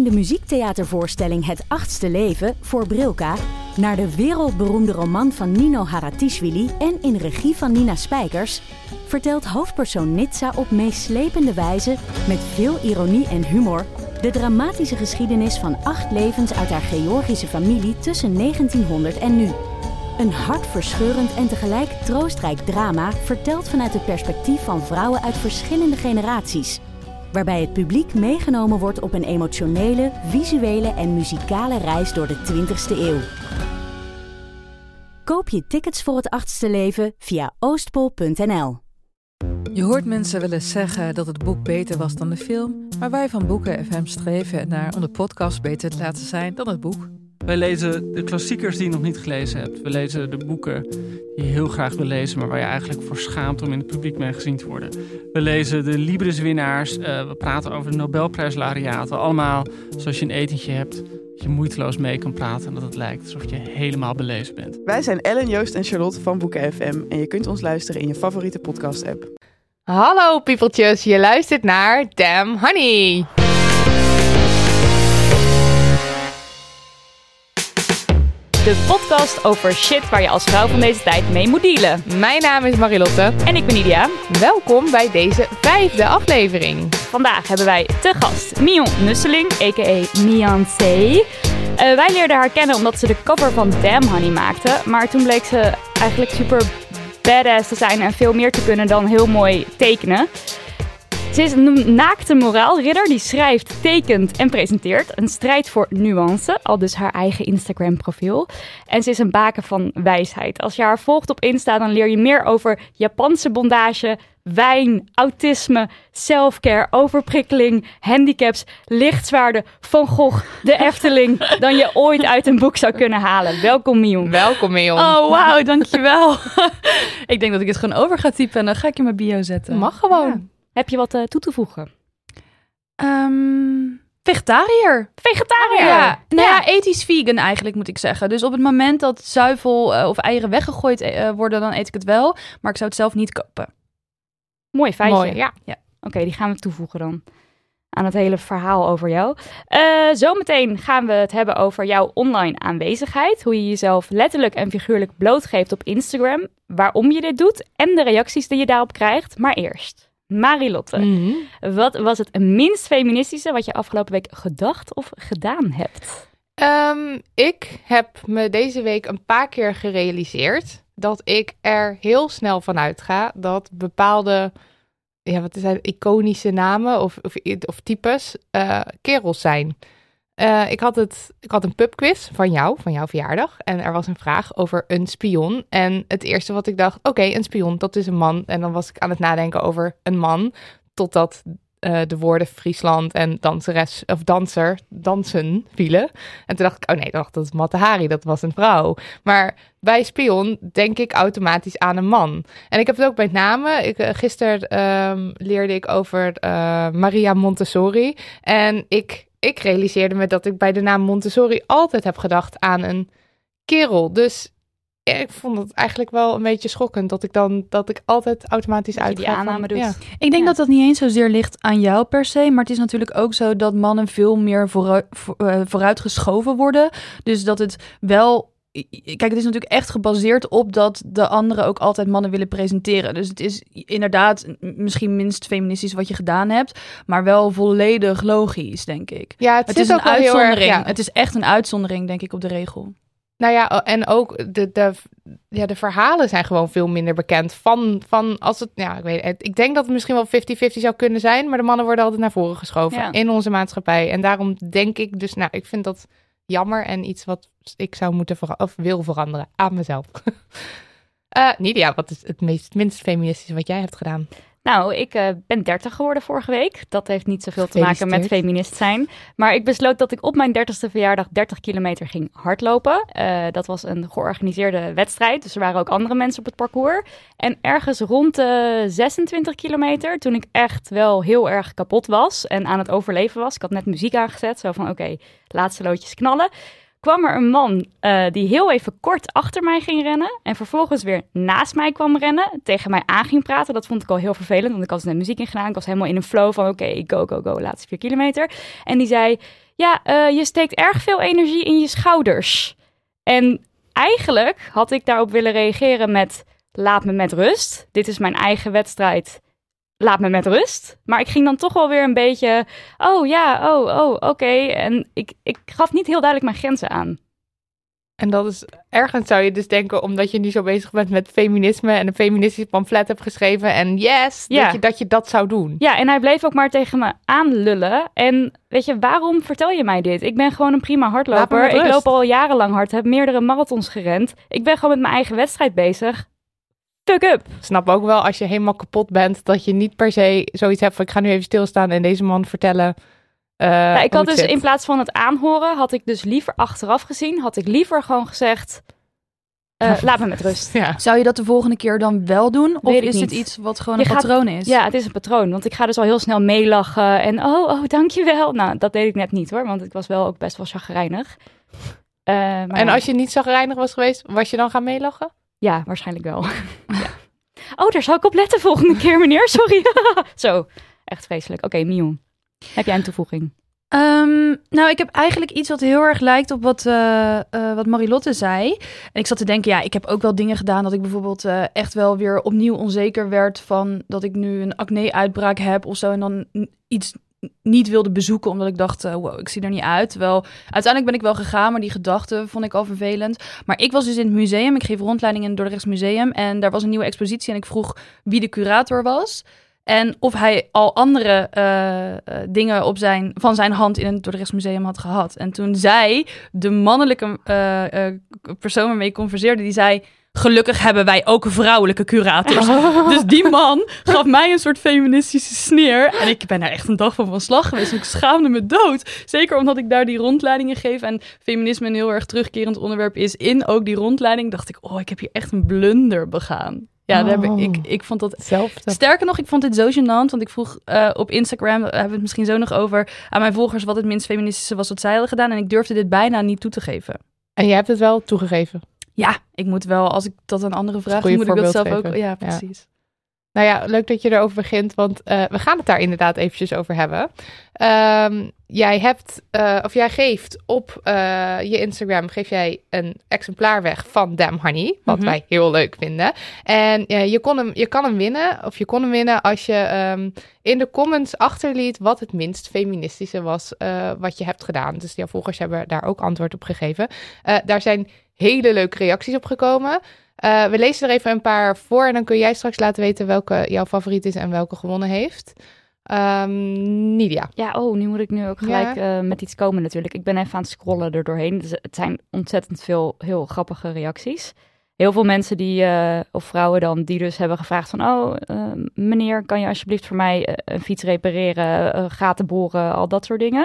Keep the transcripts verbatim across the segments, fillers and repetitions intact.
in de muziektheatervoorstelling Het Achtste Leven voor Brilka naar de wereldberoemde roman van Nino Haratischvili en in regie van Nina Spijkers, vertelt hoofdpersoon Nitsa op meeslepende wijze, met veel ironie en humor, de dramatische geschiedenis van acht levens uit haar Georgische familie tussen negentienhonderd en nu. Een hartverscheurend en tegelijk troostrijk drama verteld vanuit het perspectief van vrouwen uit verschillende generaties, waarbij het publiek meegenomen wordt op een emotionele, visuele en muzikale reis door de twintigste eeuw. Koop je tickets voor Het Achtste Leven via oostpol punt n l. Je hoort mensen wel eens zeggen dat het boek beter was dan de film, maar wij van Boeken F M streven naar om de podcast beter te laten zijn dan het boek. Wij lezen de klassiekers die je nog niet gelezen hebt. We lezen de boeken die je heel graag wil lezen, maar waar je eigenlijk voor schaamt om in het publiek mee gezien te worden. We lezen de Libris-winnaars. Uh, we praten over de Nobelprijslaureaten. Allemaal zoals je een etentje hebt, dat je moeiteloos mee kan praten en dat het lijkt alsof je helemaal belezen bent. Wij zijn Ellen, Joost en Charlotte van Boeken F M en je kunt ons luisteren in je favoriete podcast-app. Hallo piepeltjes, je luistert naar Damn Honey. De podcast over shit waar je als vrouw van deze tijd mee moet dealen. Mijn naam is Marilotte. En ik ben Nidia. Welkom bij deze vijfde aflevering. Vandaag hebben wij te gast Mion Nusseling, a k a. Miancé. Uh, wij leerden haar kennen omdat ze de cover van Damn Honey maakte. Maar toen bleek ze eigenlijk super badass te zijn en veel meer te kunnen dan heel mooi tekenen. Ze is een naakte moraalridder die schrijft, tekent en presenteert. Een strijd voor nuance, al dus haar eigen Instagram-profiel. En ze is een baken van wijsheid. Als je haar volgt op Insta, dan leer je meer over Japanse bondage, wijn, autisme, selfcare, overprikkeling, handicaps, lichtzwaarden, Van Gogh, de Efteling, dan je ooit uit een boek zou kunnen halen. Welkom, Mion. Welkom, Mion. Oh, wauw, dankjewel. Ik denk dat ik het gewoon over ga typen en dan ga ik in mijn bio zetten. Mag gewoon. Ja. Heb je wat uh, toe te voegen? Um, vegetariër. Vegetariër? Ja, nou ja, ja, ethisch vegan eigenlijk moet ik zeggen. Dus op het moment dat zuivel uh, of eieren weggegooid uh, worden, dan eet ik het wel. Maar ik zou het zelf niet kopen. Mooi feitje. Mooi, ja. ja. Oké, okay, die gaan we toevoegen dan aan het hele verhaal over jou. Uh, zometeen gaan we het hebben over jouw online aanwezigheid. Hoe je jezelf letterlijk en figuurlijk blootgeeft op Instagram. Waarom je dit doet en de reacties die je daarop krijgt. Maar eerst, Marilotte, Mm-hmm. wat was het minst feministische wat je afgelopen week gedacht of gedaan hebt? Um, ik heb me deze week een paar keer gerealiseerd dat ik er heel snel van uitga dat bepaalde, ja, wat zijn iconische namen of, of, of types uh, kerels zijn. Uh, ik, had het, ik had een pubquiz van jou, van jouw verjaardag. En er was een vraag over een spion. En het eerste wat ik dacht, oké, okay, een spion, dat is een man. En dan was ik aan het nadenken over een man. Totdat uh, de woorden Friesland en danseres of danser, dansen vielen. En toen dacht ik, oh nee, dacht, dat is Mata Hari, dat was een vrouw. Maar bij spion denk ik automatisch aan een man. En ik heb het ook bij namen. Ik, uh, gisteren um, leerde ik over uh, Maria Montessori. En ik... Ik realiseerde me dat ik bij de naam Montessori altijd heb gedacht aan een kerel. Dus ja, ik vond het eigenlijk wel een beetje schokkend dat ik dan dat ik altijd automatisch dat uitga je die aanname van, doet. Ja. Ik denk Ja. dat dat niet eens zozeer ligt aan jou per se. Maar het is natuurlijk ook zo dat mannen veel meer vooruit, vooruit geschoven worden. Dus dat het wel... Kijk, het is natuurlijk echt gebaseerd op dat de anderen ook altijd mannen willen presenteren. Dus het is inderdaad misschien minst feministisch wat je gedaan hebt, maar wel volledig logisch, denk ik. Ja, het, Het zit is een ook wel heel erg, uitzondering. ja. Het is echt een uitzondering, denk ik, op de regel. Nou ja, en ook de, de, ja, de verhalen zijn gewoon veel minder bekend van, van als het, ja, ik weet het, ik denk dat het misschien wel vijftig vijftig zou kunnen zijn, maar de mannen worden altijd naar voren geschoven Ja. in onze maatschappij. En daarom denk ik dus, nou, ik vind dat jammer en iets wat ik zou moeten vera- of wil veranderen aan mezelf. uh, Nidia, wat is het meest minst feministische wat jij hebt gedaan? Nou, ik uh, ben dertig geworden vorige week. Dat heeft niet zoveel te maken met Gefeliciteerd. feminist zijn. Maar ik besloot dat ik op mijn dertigste verjaardag dertig kilometer ging hardlopen. Uh, dat was een georganiseerde wedstrijd. Dus er waren ook andere mensen op het parcours. En ergens rond de zesentwintig kilometer, toen ik echt wel heel erg kapot was en aan het overleven was. Ik had net muziek aangezet, zo van oké, okay, laatste loodjes knallen. Kwam er een man uh, die heel even kort achter mij ging rennen en vervolgens weer naast mij kwam rennen, tegen mij aan ging praten. Dat vond ik al heel vervelend, want ik had net muziek ingedaan. Ik was helemaal in een flow van oké, okay, go, go, go, laatste vier kilometer. En die zei, ja, uh, je steekt erg veel energie in je schouders. En eigenlijk had ik daarop willen reageren met, laat me met rust. Dit is mijn eigen wedstrijd. Laat me met rust. Maar ik ging dan toch wel weer een beetje, oh ja, oh, oh, oké. Okay. En ik, ik gaf niet heel duidelijk mijn grenzen aan. En dat is, ergens zou je dus denken, omdat je nu zo bezig bent met feminisme en een feministisch pamflet hebt geschreven en yes, ja. dat, je, dat je dat zou doen. Ja, en hij bleef ook maar tegen me aanlullen. En weet je, waarom vertel je mij dit? Ik ben gewoon een prima hardloper. Ik loop al jarenlang hard, heb meerdere marathons gerend. Ik ben gewoon met mijn eigen wedstrijd bezig. Fuck up. Ik snap ook wel, als je helemaal kapot bent, dat je niet per se zoiets hebt van, ik ga nu even stilstaan en deze man vertellen... Uh, ja, ik had dus zit. in plaats van het aanhoren, had ik dus liever achteraf gezien, had ik liever gewoon gezegd, uh, laat me met rust. Ja. Zou je dat de volgende keer dan wel doen? Of is het iets wat gewoon je een gaat, patroon is? Ja, het is een patroon, want ik ga dus al heel snel meelachen en oh, oh, dankjewel. Nou, dat deed ik net niet hoor, want ik was wel ook best wel chagrijnig. Uh, maar en als je niet chagrijnig was geweest, was je dan gaan meelachen? Ja, waarschijnlijk wel. ja. Oh, daar zal ik op letten volgende keer, meneer, sorry. Zo, echt vreselijk. Oké, okay, Mion. Heb jij een toevoeging? Um, nou, ik heb eigenlijk iets wat heel erg lijkt op wat, uh, uh, wat Marilotte zei. En ik zat te denken, ja, ik heb ook wel dingen gedaan dat ik bijvoorbeeld uh, echt wel weer opnieuw onzeker werd van dat ik nu een acne-uitbraak heb of zo. En dan iets niet wilde bezoeken omdat ik dacht, uh, wow, ik zie er niet uit. Terwijl uiteindelijk ben ik wel gegaan, maar die gedachte vond ik al vervelend. Maar ik was dus in het museum, ik geef rondleidingen in het Dordrechts Museum en daar was een nieuwe expositie en ik vroeg wie de curator was. En of hij al andere uh, uh, dingen op zijn, van zijn hand in het Dordrechts Museum had gehad. En toen zei de mannelijke uh, uh, persoon waarmee ik converseerde, die zei, gelukkig hebben wij ook vrouwelijke curators. Oh. Dus die man gaf mij een soort feministische sneer. En ik ben daar echt een dag van van slag geweest. En ik schaamde me dood. Zeker omdat ik daar die rondleidingen geef. En feminisme een heel erg terugkerend onderwerp is in ook die rondleiding. Dacht ik, oh, ik heb hier echt een blunder begaan. Ja, daar heb ik, ik, ik vond dat... Hetzelfde. Sterker nog, ik vond dit zo gênant. Want ik vroeg uh, op Instagram, daar hebben we het misschien zo nog over, aan mijn volgers wat het minst feministische was wat zij hadden gedaan. En ik durfde dit bijna niet toe te geven. En jij hebt het wel toegegeven? Ja, ik moet wel, als ik dat aan anderen vraag, moet ik dat zelf geven. ook... Ja, precies. Ja. Nou ja, leuk dat je erover begint, want uh, we gaan het daar inderdaad eventjes over hebben. Um, jij hebt, uh, of jij geeft op uh, je Instagram, geef jij een exemplaar weg van Damn Honey, wat mm-hmm. wij heel leuk vinden. En uh, je, kon hem, je kan hem winnen, of je kon hem winnen als je um, in de comments achterliet wat het minst feministische was uh, wat je hebt gedaan. Dus jouw volgers hebben daar ook antwoord op gegeven. Uh, daar zijn hele leuke reacties op gekomen. Uh, we lezen er even een paar voor en dan kun jij straks laten weten welke jouw favoriet is en welke gewonnen heeft. Um, Nidia. Ja, oh, nu moet ik nu ook gelijk ja. uh, met iets komen natuurlijk. Ik ben even aan het scrollen er doorheen. Dus het zijn ontzettend veel heel grappige reacties. Heel veel mensen die, uh, of vrouwen dan, die dus hebben gevraagd van, oh, uh, meneer, kan je alsjeblieft voor mij uh, een fiets repareren, uh, gaten boren, al dat soort dingen.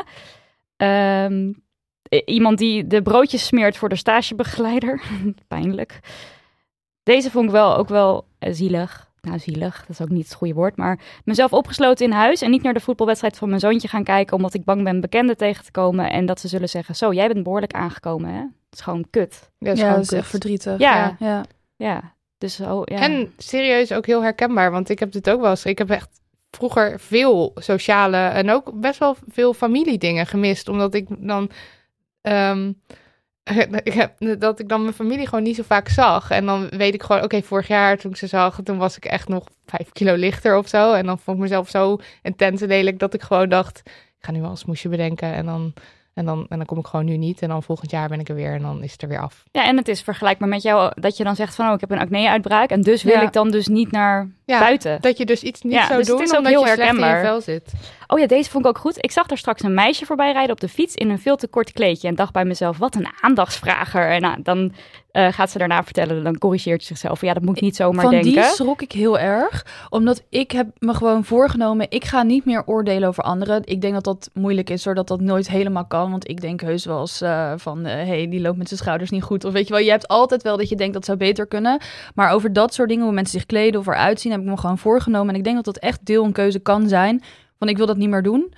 Um, iemand die de broodjes smeert voor de stagebegeleider. Pijnlijk. Deze vond ik wel ook wel uh, zielig. Nou, zielig, dat is ook niet het goede woord. Maar mezelf opgesloten in huis en niet naar de voetbalwedstrijd van mijn zoontje gaan kijken, omdat ik bang ben bekenden tegen te komen. En dat ze zullen zeggen, zo, jij bent behoorlijk aangekomen, hè? Het is gewoon kut. Ja, dat is, ja, dat is echt verdrietig. Ja, ja. ja. ja. Dus, oh, ja. En serieus ook heel herkenbaar, want ik heb dit ook wel eens. Ik heb echt vroeger veel sociale en ook best wel veel familiedingen gemist, omdat ik dan... Um, Ik heb, dat ik dan mijn familie gewoon niet zo vaak zag. En dan weet ik gewoon, oké, okay, vorig jaar toen ik ze zag, toen was ik echt nog vijf kilo lichter of zo. En dan vond ik mezelf zo intens en lelijk dat ik gewoon dacht, ik ga nu wel een smoesje bedenken. En dan, en, dan, en dan kom ik gewoon nu niet. En dan volgend jaar ben ik er weer en dan is het er weer af. Ja, en het is vergelijkbaar met jou dat je dan zegt van, oh, ik heb een acne-uitbraak. En dus wil ja. ik dan dus niet naar ja, buiten. Dat je dus iets niet ja, zou dus doen, het is ook omdat heel je slecht in je vel zit. Oh ja, deze vond ik ook goed. Ik zag daar straks een meisje voorbij rijden op de fiets in een veel te kort kleedje. En dacht bij mezelf, wat een aandachtsvrager. En nou, dan uh, gaat ze daarna vertellen, dan corrigeert ze zichzelf. Ja, dat moet ik niet zomaar Van denken. Van die schrok ik heel erg. Omdat ik heb me gewoon voorgenomen, ik ga niet meer oordelen over anderen. Ik denk dat dat moeilijk is, zodat dat nooit helemaal kan. Want ik denk heus wel eens uh, van, hé, uh, hey, die loopt met zijn schouders niet goed. Of weet je wel, je hebt altijd wel dat je denkt dat zou beter kunnen. Maar over dat soort dingen, hoe mensen zich kleden of eruit zien, heb ik me gewoon voorgenomen. En ik denk dat dat echt deel een keuze kan zijn. Want ik wil dat niet meer doen.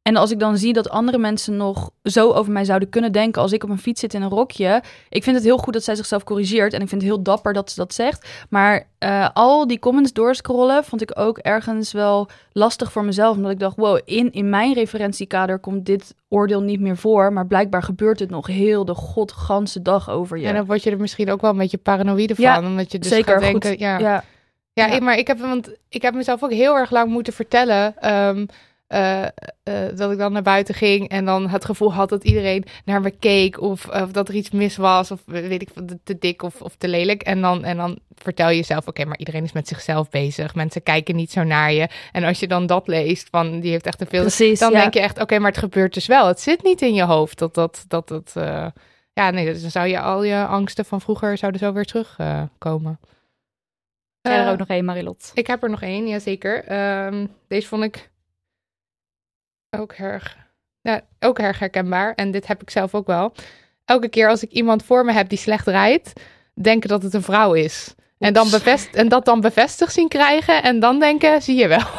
En als ik dan zie dat andere mensen nog zo over mij zouden kunnen denken als ik op een fiets zit in een rokje. Ik vind het heel goed dat zij zichzelf corrigeert. En ik vind het heel dapper dat ze dat zegt. Maar uh, al die comments doorscrollen vond ik ook ergens wel lastig voor mezelf. Omdat ik dacht, wow, in, in mijn referentiekader komt dit oordeel niet meer voor. Maar blijkbaar gebeurt het nog heel de godganse dag over je. En dan word je er misschien ook wel een beetje paranoïde van. Ja, omdat je dus zeker, gaat denken, goed. ja... ja. Ja, Ja. Ik, maar ik heb, want ik heb mezelf ook heel erg lang moeten vertellen um, uh, uh, dat ik dan naar buiten ging en dan het gevoel had dat iedereen naar me keek of, of dat er iets mis was of weet ik te, te dik of, of te lelijk. En dan, en dan vertel je jezelf, oké, okay, maar iedereen is met zichzelf bezig. Mensen kijken niet zo naar je. En als je dan dat leest, van die heeft echt te veel, Precies, dan ja. denk je echt, oké, okay, maar het gebeurt dus wel. Het zit niet in je hoofd dat dat, dat, dat uh, ja, nee, dus dan zou je al je angsten van vroeger zouden zo weer terugkomen. Uh, Jij er Uh, ook nog één, Marilot? Ik heb er nog één, jazeker. Um, deze vond ik ook erg, ja, ook erg herkenbaar. En dit heb ik zelf ook wel. Elke keer als ik iemand voor me heb die slecht rijdt, denken dat het een vrouw is. En, dan bevest- en dat dan bevestigd zien krijgen en dan denken, zie je wel.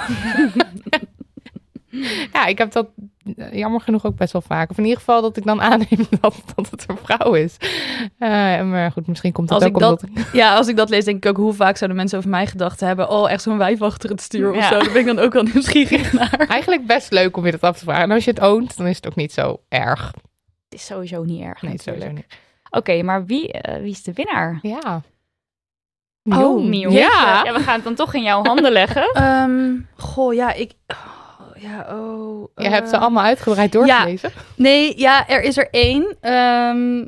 Ja, ik heb dat jammer genoeg ook best wel vaak. Of in ieder geval dat ik dan aanneem dat, dat het een vrouw is. Uh, maar goed, misschien komt het Als ook ik omdat... dat, ja, als ik dat lees, denk ik ook hoe vaak zouden mensen over mij gedacht hebben. Oh, echt zo'n wijf achter het stuur of Ja. zo. Daar ben ik dan ook wel nieuwsgierig naar. Eigenlijk best leuk om je dat af te vragen. En als je het oont, dan is het ook niet zo erg. Het is sowieso niet erg Nee, natuurlijk. sowieso niet. Oké, okay, maar wie, uh, wie is de winnaar? Ja. Oh, Mion. Ja. ja. We gaan het dan toch in jouw handen leggen. Um, goh, ja, ik... Oh, ja, oh... Je uh, hebt ze allemaal uitgebreid doorgelezen. Ja, nee, ja, er is er één. Um,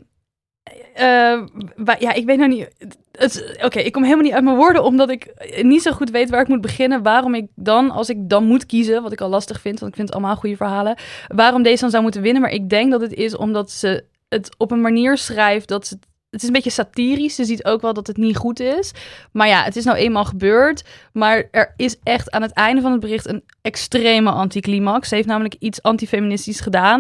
uh, wa- ja, ik weet nou niet... Oké, okay, ik kom helemaal niet uit mijn woorden, omdat ik niet zo goed weet waar ik moet beginnen. Waarom ik dan, als ik dan moet kiezen, wat ik al lastig vind, want ik vind het allemaal goede verhalen, waarom deze dan zou moeten winnen. Maar ik denk dat het is omdat ze het op een manier schrijft dat ze... Het is een beetje satirisch. Ze ziet ook wel dat het niet goed is. Maar ja, het is nou eenmaal gebeurd. Maar er is echt aan het einde van het bericht een extreme anticlimax. Ze heeft namelijk iets antifeministisch gedaan.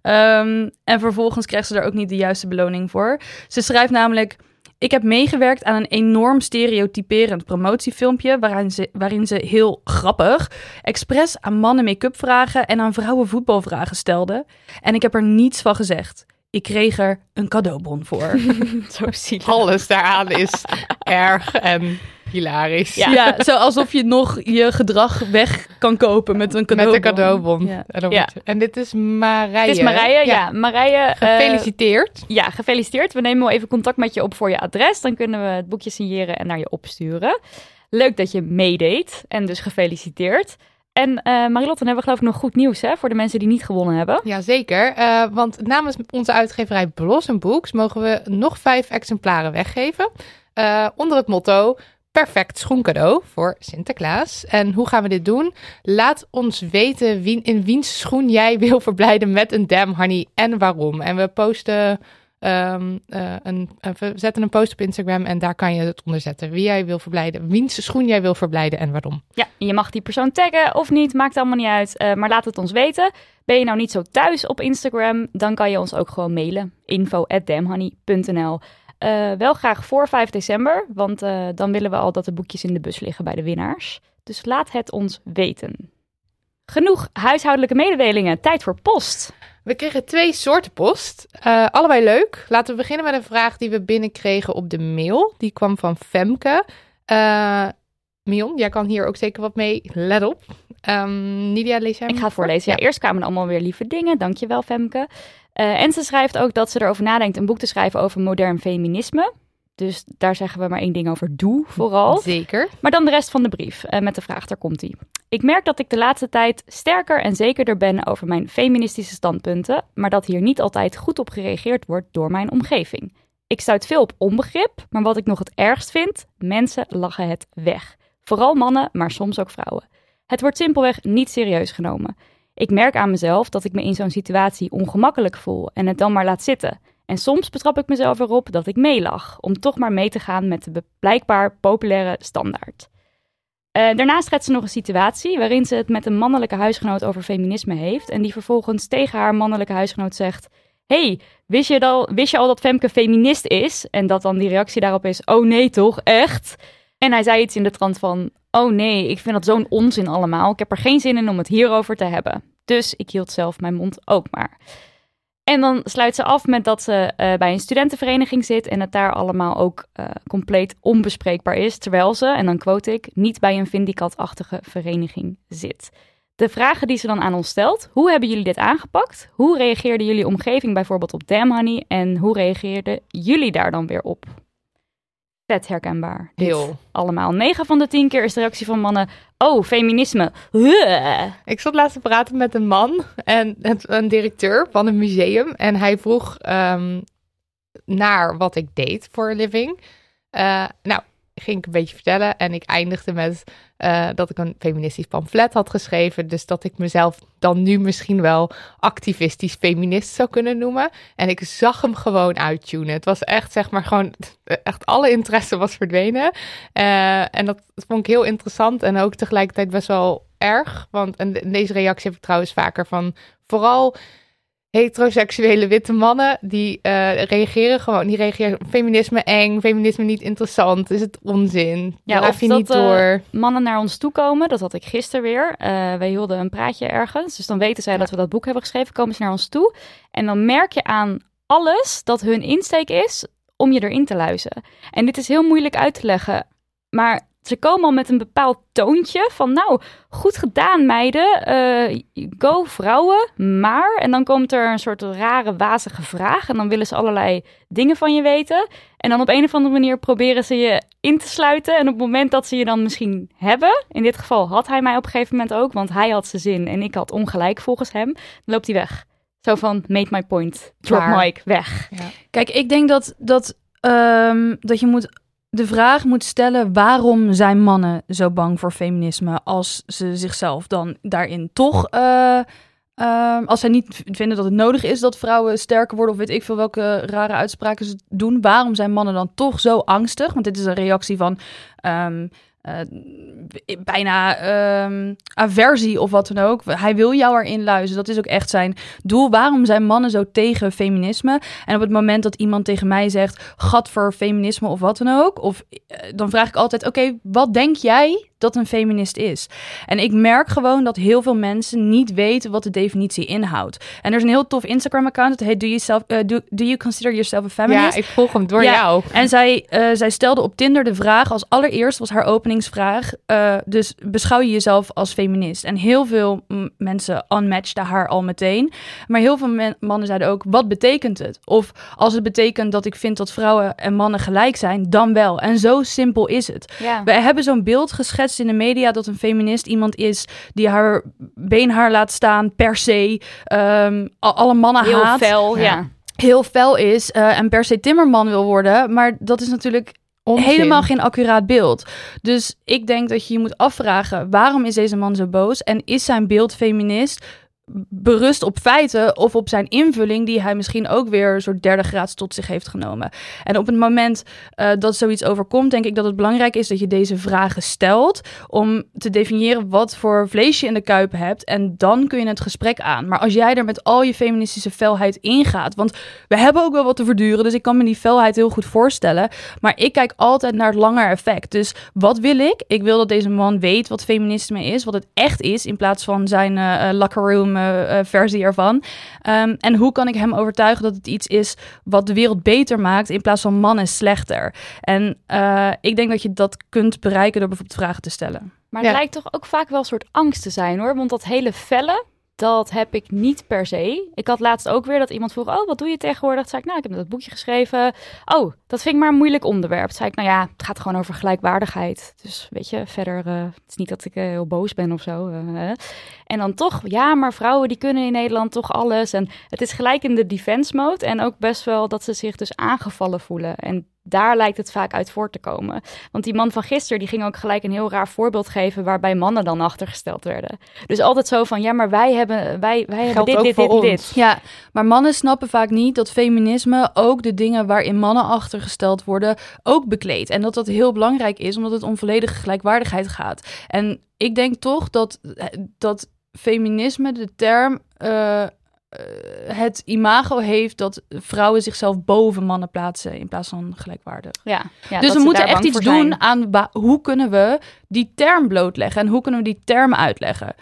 Um, en vervolgens krijgt ze daar ook niet de juiste beloning voor. Ze schrijft namelijk... Ik heb meegewerkt aan een enorm stereotyperend promotiefilmpje... waarin ze, waarin ze heel grappig... expres aan mannen make-up vragen... en aan vrouwen voetbalvragen stelde. En ik heb er niets van gezegd. Ik kreeg er een cadeaubon voor. Zo zielig. Alles daaraan is erg en hilarisch. Ja. ja, zo alsof je nog je gedrag weg kan kopen met een cadeaubon. Met een cadeaubon. Ja. En, dan Ja. wordt- en dit is Marije. Het is Marije, ja. ja Marije, Gefeliciteerd. Uh, ja, gefeliciteerd. We nemen wel even contact met je op voor je adres. Dan kunnen we het boekje signeren en naar je opsturen. Leuk dat je meedeed en dus gefeliciteerd. En uh, Marilot, dan hebben we geloof ik nog goed nieuws hè, voor de mensen die niet gewonnen hebben. Jazeker, uh, want namens onze uitgeverij Blossom Books mogen we nog vijf exemplaren weggeven. Uh, onder het motto perfect schoencadeau voor Sinterklaas. En hoe gaan we dit doen? Laat ons weten wie, in wiens schoen jij wil verblijden met een Damn Honey en waarom. En we posten... Um, uh, een, uh, we zetten een post op Instagram en daar kan je het onder zetten. Wie jij wil verblijden, wiens schoen jij wil verblijden en waarom. Ja, je mag die persoon taggen of niet, maakt allemaal niet uit. Uh, maar laat het ons weten. Ben je nou niet zo thuis op Instagram, dan kan je ons ook gewoon mailen. info at damnhoney punt n l uh, Wel graag voor vijf december, want uh, dan willen we al dat de boekjes in de bus liggen bij de winnaars. Dus laat het ons weten. Genoeg huishoudelijke mededelingen, tijd voor post. We kregen twee soorten post. Uh, allebei leuk. Laten we beginnen met een vraag die we binnenkregen op de mail. Die kwam van Femke. Uh, Mion, jij kan hier ook zeker wat mee. Let op. Um, Nidia, lees jij hem? Ik ga het voorlezen. Ja, Ja. eerst kwamen er allemaal weer lieve dingen. Dankjewel, Femke. Uh, en ze schrijft ook dat ze erover nadenkt een boek te schrijven over modern feminisme. Dus daar zeggen we maar één ding over. Doe vooral. Zeker. Maar dan de rest van de brief uh, met de vraag, daar komt-ie. Ik merk dat ik de laatste tijd sterker en zekerder ben over mijn feministische standpunten, maar dat hier niet altijd goed op gereageerd wordt door mijn omgeving. Ik stuit veel op onbegrip, maar wat ik nog het ergst vind, mensen lachen het weg. Vooral mannen, maar soms ook vrouwen. Het wordt simpelweg niet serieus genomen. Ik merk aan mezelf dat ik me in zo'n situatie ongemakkelijk voel en het dan maar laat zitten. En soms betrap ik mezelf erop dat ik meelach, om toch maar mee te gaan met de blijkbaar populaire standaard. Uh, daarnaast schetst ze nog een situatie waarin ze het met een mannelijke huisgenoot over feminisme heeft en die vervolgens tegen haar mannelijke huisgenoot zegt: hey, wist je, al, wist je al dat Femke feminist is? En dat dan die reactie daarop is: oh nee toch, echt? En hij zei iets in de trant van: oh nee, ik vind dat zo'n onzin allemaal, ik heb er geen zin in om het hierover te hebben. Dus ik hield zelf mijn mond ook maar. En dan sluit ze af met dat ze uh, bij een studentenvereniging zit en het daar allemaal ook uh, compleet onbespreekbaar is, terwijl ze, en dan quote ik, niet bij een Vindicat-achtige vereniging zit. De vragen die ze dan aan ons stelt: hoe hebben jullie dit aangepakt? Hoe reageerde jullie omgeving bijvoorbeeld op Damn Honey? En hoe reageerden jullie daar dan weer op? Vet herkenbaar. Heel. Dit allemaal. negen van de tien keer is de reactie van mannen: oh, feminisme. Huh. Ik zat laatst te praten met een man, en een directeur van een museum. En hij vroeg um, naar wat ik deed voor een living. Uh, nou, ging ik een beetje vertellen. En ik eindigde met uh, dat ik een feministisch pamflet had geschreven. Dus dat ik mezelf dan nu misschien wel activistisch feminist zou kunnen noemen. En ik zag hem gewoon uittunen. Het was echt, zeg maar, gewoon echt alle interesse was verdwenen. Uh, en dat vond ik heel interessant en ook tegelijkertijd best wel erg. Want en deze reactie heb ik trouwens vaker van vooral heteroseksuele witte mannen, die uh, reageren gewoon, die reageren feminisme eng, feminisme niet interessant, is het onzin, ja, of je dat, niet door. Uh, mannen naar ons toe komen, dat had ik gisteren weer. Uh, wij hielden een praatje ergens, dus dan weten zij ja. dat we dat boek hebben geschreven, komen ze naar ons toe. En dan merk je aan alles dat hun insteek is om je erin te luizen. En dit is heel moeilijk uit te leggen, maar ze komen al met een bepaald toontje van, nou, goed gedaan meiden, uh, go vrouwen, maar... En dan komt er een soort rare, wazige vraag en dan willen ze allerlei dingen van je weten. En dan op een of andere manier proberen ze je in te sluiten. En op het moment dat ze je dan misschien hebben, in dit geval had hij mij op een gegeven moment ook, want hij had zijn zin en ik had ongelijk volgens hem, dan loopt hij weg. Zo van, made my point, drop mic, weg. Ja. Kijk, ik denk dat, dat, um, dat je moet... de vraag moet stellen: waarom zijn mannen zo bang voor feminisme als ze zichzelf dan daarin toch, uh, uh, als zij niet vinden dat het nodig is dat vrouwen sterker worden of weet ik veel welke rare uitspraken ze doen, waarom zijn mannen dan toch zo angstig? Want dit is een reactie van um, uh, bijna um, aversie of wat dan ook. Hij wil jou erin luizen. Dat is ook echt zijn doel. Waarom zijn mannen zo tegen feminisme? En op het moment dat iemand tegen mij zegt, gat voor feminisme of wat dan ook, of uh, dan vraag ik altijd, oké, okay, wat denk jij dat een feminist is? En ik merk gewoon dat heel veel mensen niet weten wat de definitie inhoudt. En er is een heel tof Instagram-account, dat heet Do you, self, uh, do, do you Consider Yourself a Feminist? Ja, ik volg hem door ja. jou. En zij, uh, zij stelde op Tinder de vraag, als allereerst was haar openingsvraag, uh, dus beschouw je jezelf als feminist? En heel veel m- mensen unmatchten haar al meteen. Maar heel veel men- mannen zeiden ook, wat betekent het? Of als het betekent dat ik vind dat vrouwen en mannen gelijk zijn, dan wel. En zo simpel is het. Ja. We hebben zo'n beeld geschetst in de media dat een feminist iemand is die haar beenhaar laat staan per se, um, alle mannen heel haat. Heel fel, ja. ja. Heel fel is uh, en per se timmerman wil worden. Maar dat is natuurlijk onzin. Helemaal geen accuraat beeld. Dus ik denk dat je je moet afvragen, waarom is deze man zo boos? En is zijn beeld feminist berust op feiten of op zijn invulling die hij misschien ook weer een soort derde graads tot zich heeft genomen. En op het moment uh, dat zoiets overkomt, denk ik dat het belangrijk is dat je deze vragen stelt om te definiëren wat voor vlees je in de kuip hebt en dan kun je het gesprek aan. Maar als jij er met al je feministische felheid ingaat, want we hebben ook wel wat te verduren, dus ik kan me die felheid heel goed voorstellen, maar ik kijk altijd naar het langer effect. Dus wat wil ik? Ik wil dat deze man weet wat feminisme is, wat het echt is, in plaats van zijn uh, locker room Uh, versie ervan. Um, en hoe kan ik hem overtuigen dat het iets is wat de wereld beter maakt in plaats van mannen slechter? En uh, ik denk dat je dat kunt bereiken door bijvoorbeeld vragen te stellen. Maar het ja. lijkt toch ook vaak wel een soort angst te zijn, hoor. Want dat hele felle, dat heb ik niet per se. Ik had laatst ook weer dat iemand vroeg, oh, wat doe je tegenwoordig? Toen zei ik, nou, ik heb dat boekje geschreven. Oh, dat vind ik maar een moeilijk onderwerp. Toen zei ik, nou ja, het gaat gewoon over gelijkwaardigheid. Dus weet je, verder, uh, het is niet dat ik uh, heel boos ben of zo. Uh, en dan toch, ja, maar vrouwen die kunnen in Nederland toch alles. En het is gelijk in de defense mode. En ook best wel dat ze zich dus aangevallen voelen. En daar lijkt het vaak uit voort te komen. Want die man van gisteren, die ging ook gelijk een heel raar voorbeeld geven waarbij mannen dan achtergesteld werden. Dus altijd zo van, ja, maar wij hebben, wij, wij hebben dit, dit, dit, dit. Ja, maar mannen snappen vaak niet dat feminisme ook de dingen waarin mannen achtergesteld worden ook bekleedt. En dat dat heel belangrijk is, omdat het om volledige gelijkwaardigheid gaat. En ik denk toch dat, dat feminisme, de term, Uh, Uh, het imago heeft dat vrouwen zichzelf boven mannen plaatsen in plaats van gelijkwaardig. Ja, ja, dus we moeten echt iets doen aan ba- hoe kunnen we die term blootleggen en hoe kunnen we die term uitleggen.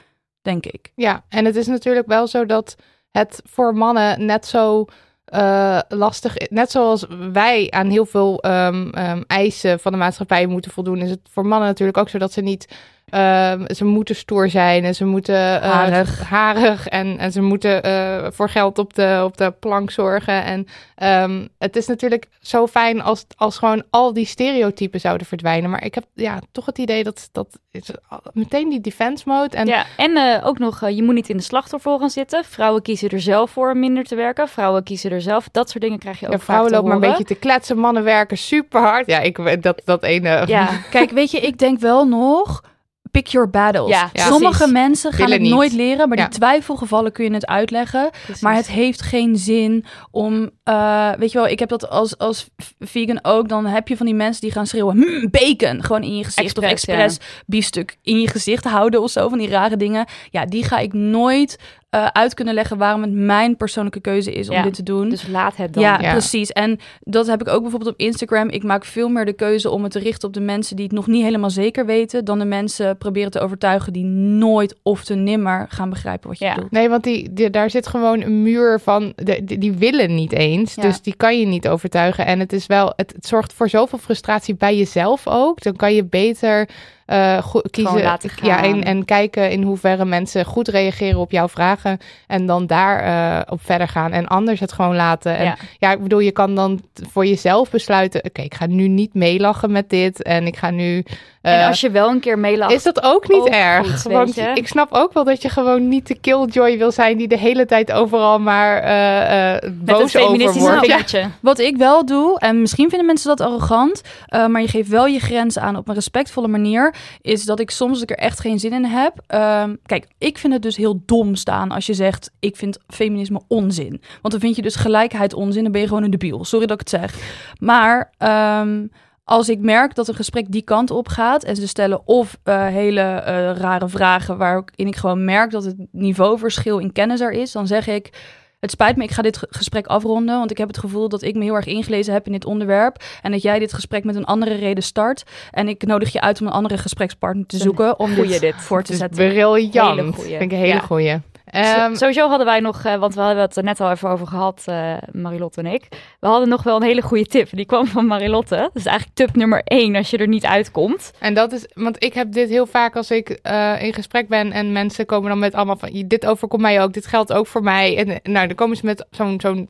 denk ik. Ja, en het is natuurlijk wel zo dat het voor mannen net zo uh, lastig is. Net zoals wij aan heel veel um, um, eisen van de maatschappij moeten voldoen, is het voor mannen natuurlijk ook zo dat ze niet... Uh, ze moeten stoer zijn en ze moeten uh, harig. harig en, en ze moeten uh, voor geld op de, op de plank zorgen. En um, het is natuurlijk zo fijn als, als gewoon al die stereotypen zouden verdwijnen. Maar ik heb ja toch het idee dat dat is meteen die defense mode. En ja, en uh, ook nog, uh, je moet niet in de slachtofferrol gaan zitten. Vrouwen kiezen er zelf voor om minder te werken. Vrouwen kiezen er zelf. Dat soort dingen krijg je ook ja, vaak vrouwen te lopen maar horen. een beetje te kletsen. Mannen werken super hard. Ja, ik dat dat ene. Ja. Kijk, weet je, ik denk wel nog... Pick your battles. Ja, ja. Sommige Precies. mensen gaan Willen het niet. nooit leren, maar Ja. die twijfelgevallen kun je het uitleggen. Precies. Maar het heeft geen zin om, uh, weet je wel, ik heb dat als, als vegan ook. Dan heb je van die mensen die gaan schreeuwen, hm, bacon, gewoon in je gezicht. Expres, of expres biefstuk in je gezicht houden of zo, van die rare dingen. Ja, die ga ik nooit uh, uit kunnen leggen waarom het mijn persoonlijke keuze is om Ja, dit te doen. Dus laat het dan. Ja, Ja. precies. En dat heb ik ook bijvoorbeeld op Instagram. Ik maak veel meer de keuze om het te richten op de mensen die het nog niet helemaal zeker weten, dan de mensen proberen te overtuigen die nooit of te nimmer gaan begrijpen wat je Ja. bedoelt. Nee, want die, die, daar zit gewoon een muur van... De, die, die willen niet eens, Ja. dus die kan je niet overtuigen. En het is wel... Het, het zorgt voor zoveel frustratie bij jezelf ook. Dan kan je beter uh, go- kiezen... laten gaan. Ja, en, en kijken in hoeverre mensen goed reageren op jouw vragen. En dan daar uh, op verder gaan. En anders het gewoon laten. En Ja. ja, ik bedoel, je kan dan t- voor jezelf besluiten... Oké, okay, ik ga nu niet meelachen met dit. En ik ga nu... Uh, En als je wel een keer meelacht... is dat ook niet ook erg? goed, weet Want je. ik snap ook wel dat je gewoon niet de killjoy wil zijn die de hele tijd overal maar uh, uh, met een boos over feministisch wordt. Ja. vingertje. Wat ik wel doe, en misschien vinden mensen dat arrogant, uh, maar je geeft wel je grenzen aan op een respectvolle manier, is dat ik soms als ik er echt geen zin in heb. Um, kijk, ik vind het dus heel dom staan als je zegt, ik vind feminisme onzin. Want dan vind je dus gelijkheid onzin, dan ben je gewoon een debiel. Sorry dat ik het zeg. Maar... Um, als ik merk dat een gesprek die kant op gaat en ze stellen of uh, hele uh, rare vragen waarin ik gewoon merk dat het niveauverschil in kennis er is, dan zeg ik, het spijt me, ik ga dit gesprek afronden, want ik heb het gevoel dat ik me heel erg ingelezen heb in dit onderwerp en dat jij dit gesprek met een andere reden start. En ik nodig je uit om een andere gesprekspartner te zoeken om goeie dit, dit. voor te Het is zetten. briljant. Hele goeie. Vind ik een hele Ja. goeie. Zo- Um, Sowieso hadden wij nog, uh, want we hadden het er net al even over gehad, uh, Marilotte en ik. We hadden nog wel een hele goede tip. Die kwam van Marilotte. Dat is eigenlijk tip nummer één als je er niet uitkomt. en dat is, want ik heb dit heel vaak als ik uh, in gesprek ben en mensen komen dan met allemaal van, dit overkomt mij ook, dit geldt ook voor mij. En nou, dan komen ze met zo'n zo'n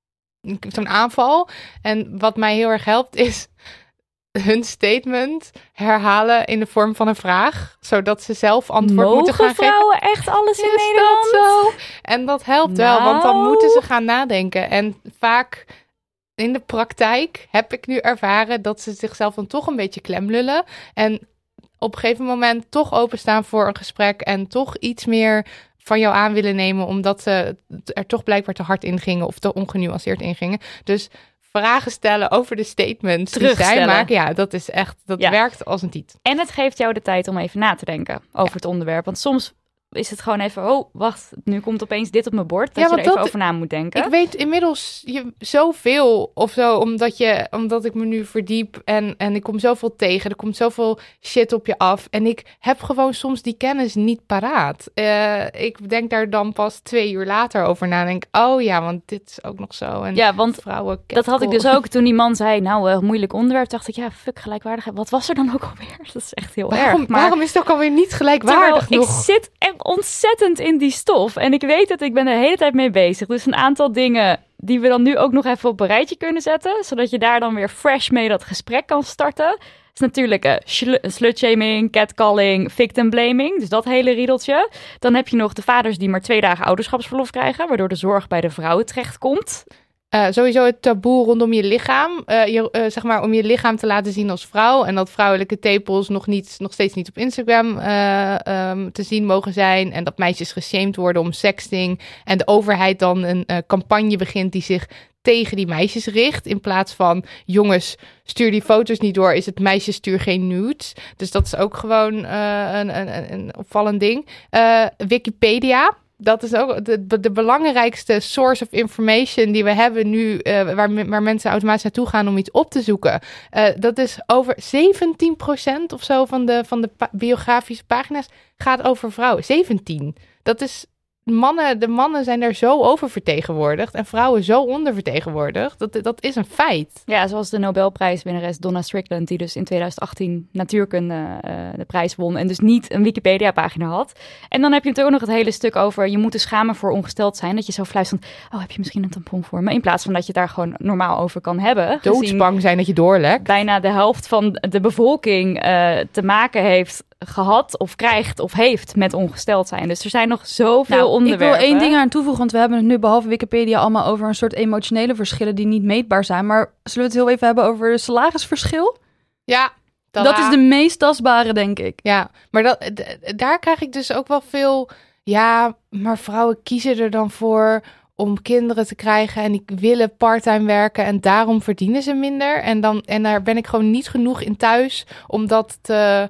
zo'n aanval. En wat mij heel erg helpt is hun statement herhalen in de vorm van een vraag, zodat ze zelf antwoord Mogen moeten gaan geven. vrouwen echt alles in Is Nederland? dat zo? En dat helpt wel, want dan Nou. moeten ze gaan nadenken. En vaak in de praktijk heb ik nu ervaren dat ze zichzelf dan toch een beetje klemlullen. En op een gegeven moment toch openstaan voor een gesprek en toch iets meer van jou aan willen nemen, omdat ze er toch blijkbaar te hard in gingen of te ongenuanceerd in gingen. Dus vragen stellen over de statements die zij Terugstellen. maken, ja, dat is echt, dat Ja. werkt als een tiet. En het geeft jou de tijd om even na te denken over het onderwerp. Want soms is het gewoon even, oh, wacht, nu komt opeens dit op mijn bord. Dat Ja, je er want even dat- over na moet denken. Ik weet inmiddels je, zoveel of zo, omdat, je, omdat ik me nu verdiep en, en ik kom zoveel tegen. Er komt zoveel shit op je af. En ik heb gewoon soms die kennis niet paraat. Uh, ik denk daar dan pas twee uur later over na en denk, oh ja, want dit is ook nog zo. En Ja, want vrouwen dat had ik dus ook toen die man zei, nou, uh, moeilijk onderwerp. Dacht ik, ja, fuck, gelijkwaardigheid. Wat was er dan ook alweer? Dat is echt heel Waarom, erg. Maar waarom is het ook alweer niet gelijkwaardig terwijl nog? ik zit echt ontzettend in die stof. En ik weet het, ik ben er de hele tijd mee bezig. Dus een aantal dingen die we dan nu ook nog even op een rijtje kunnen zetten. Zodat je daar dan weer fresh mee dat gesprek kan starten. Dat is natuurlijk uh, sl- slutshaming, catcalling, victim blaming. Dus dat hele riedeltje. Dan heb je nog de vaders die maar twee dagen ouderschapsverlof krijgen. Waardoor de zorg bij de vrouwen terechtkomt. Uh, sowieso het taboe rondom je lichaam. Uh, je, uh, zeg maar om je lichaam te laten zien als vrouw. En dat vrouwelijke tepels nog, niet, nog steeds niet op Instagram uh, um, te zien mogen zijn. En dat meisjes geshamed worden om sexting. En de overheid dan een uh, campagne begint die zich tegen die meisjes richt. In plaats van, jongens, stuur die foto's niet door. Is het meisjes, stuur geen nudes. Dus dat is ook gewoon uh, een, een, een opvallend ding. Uh, Wikipedia. dat is ook de, de belangrijkste source of information die we hebben nu, uh, waar, waar mensen automatisch naartoe gaan om iets op te zoeken. Uh, dat is over zeventien procent of zo van de, van de pa- biografische pagina's gaat over vrouwen. zeventien. Dat is mannen, de mannen zijn daar zo oververtegenwoordigd en vrouwen zo ondervertegenwoordigd. Dat, dat is een feit. Ja, zoals de Nobelprijswinnares Donna Strickland, die dus in twintig achttien natuurkunde uh, de prijs won en dus niet een Wikipedia-pagina had. En dan heb je natuurlijk ook nog het hele stuk over je moet te schamen voor ongesteld zijn. Dat je zo fluistert, oh, heb je misschien een tampon voor me? In plaats van dat je het daar gewoon normaal over kan hebben. Doodsbang zijn dat je doorlekt. Bijna de helft van de bevolking uh, te maken heeft gehad of krijgt of heeft met ongesteld zijn. Dus er zijn nog zoveel nou, onderwerpen. Ik wil één ding aan toevoegen, want we hebben het nu behalve Wikipedia allemaal over een soort emotionele verschillen die niet meetbaar zijn. Maar zullen we het heel even hebben over het salarisverschil? Ja. Dat is de meest tastbare, denk ik. Ja, maar dat, d- daar krijg ik dus ook wel veel. Ja, maar vrouwen kiezen er dan voor om kinderen te krijgen en die willen parttime werken en daarom verdienen ze minder. En, dan, en daar ben ik gewoon niet genoeg in thuis om dat te,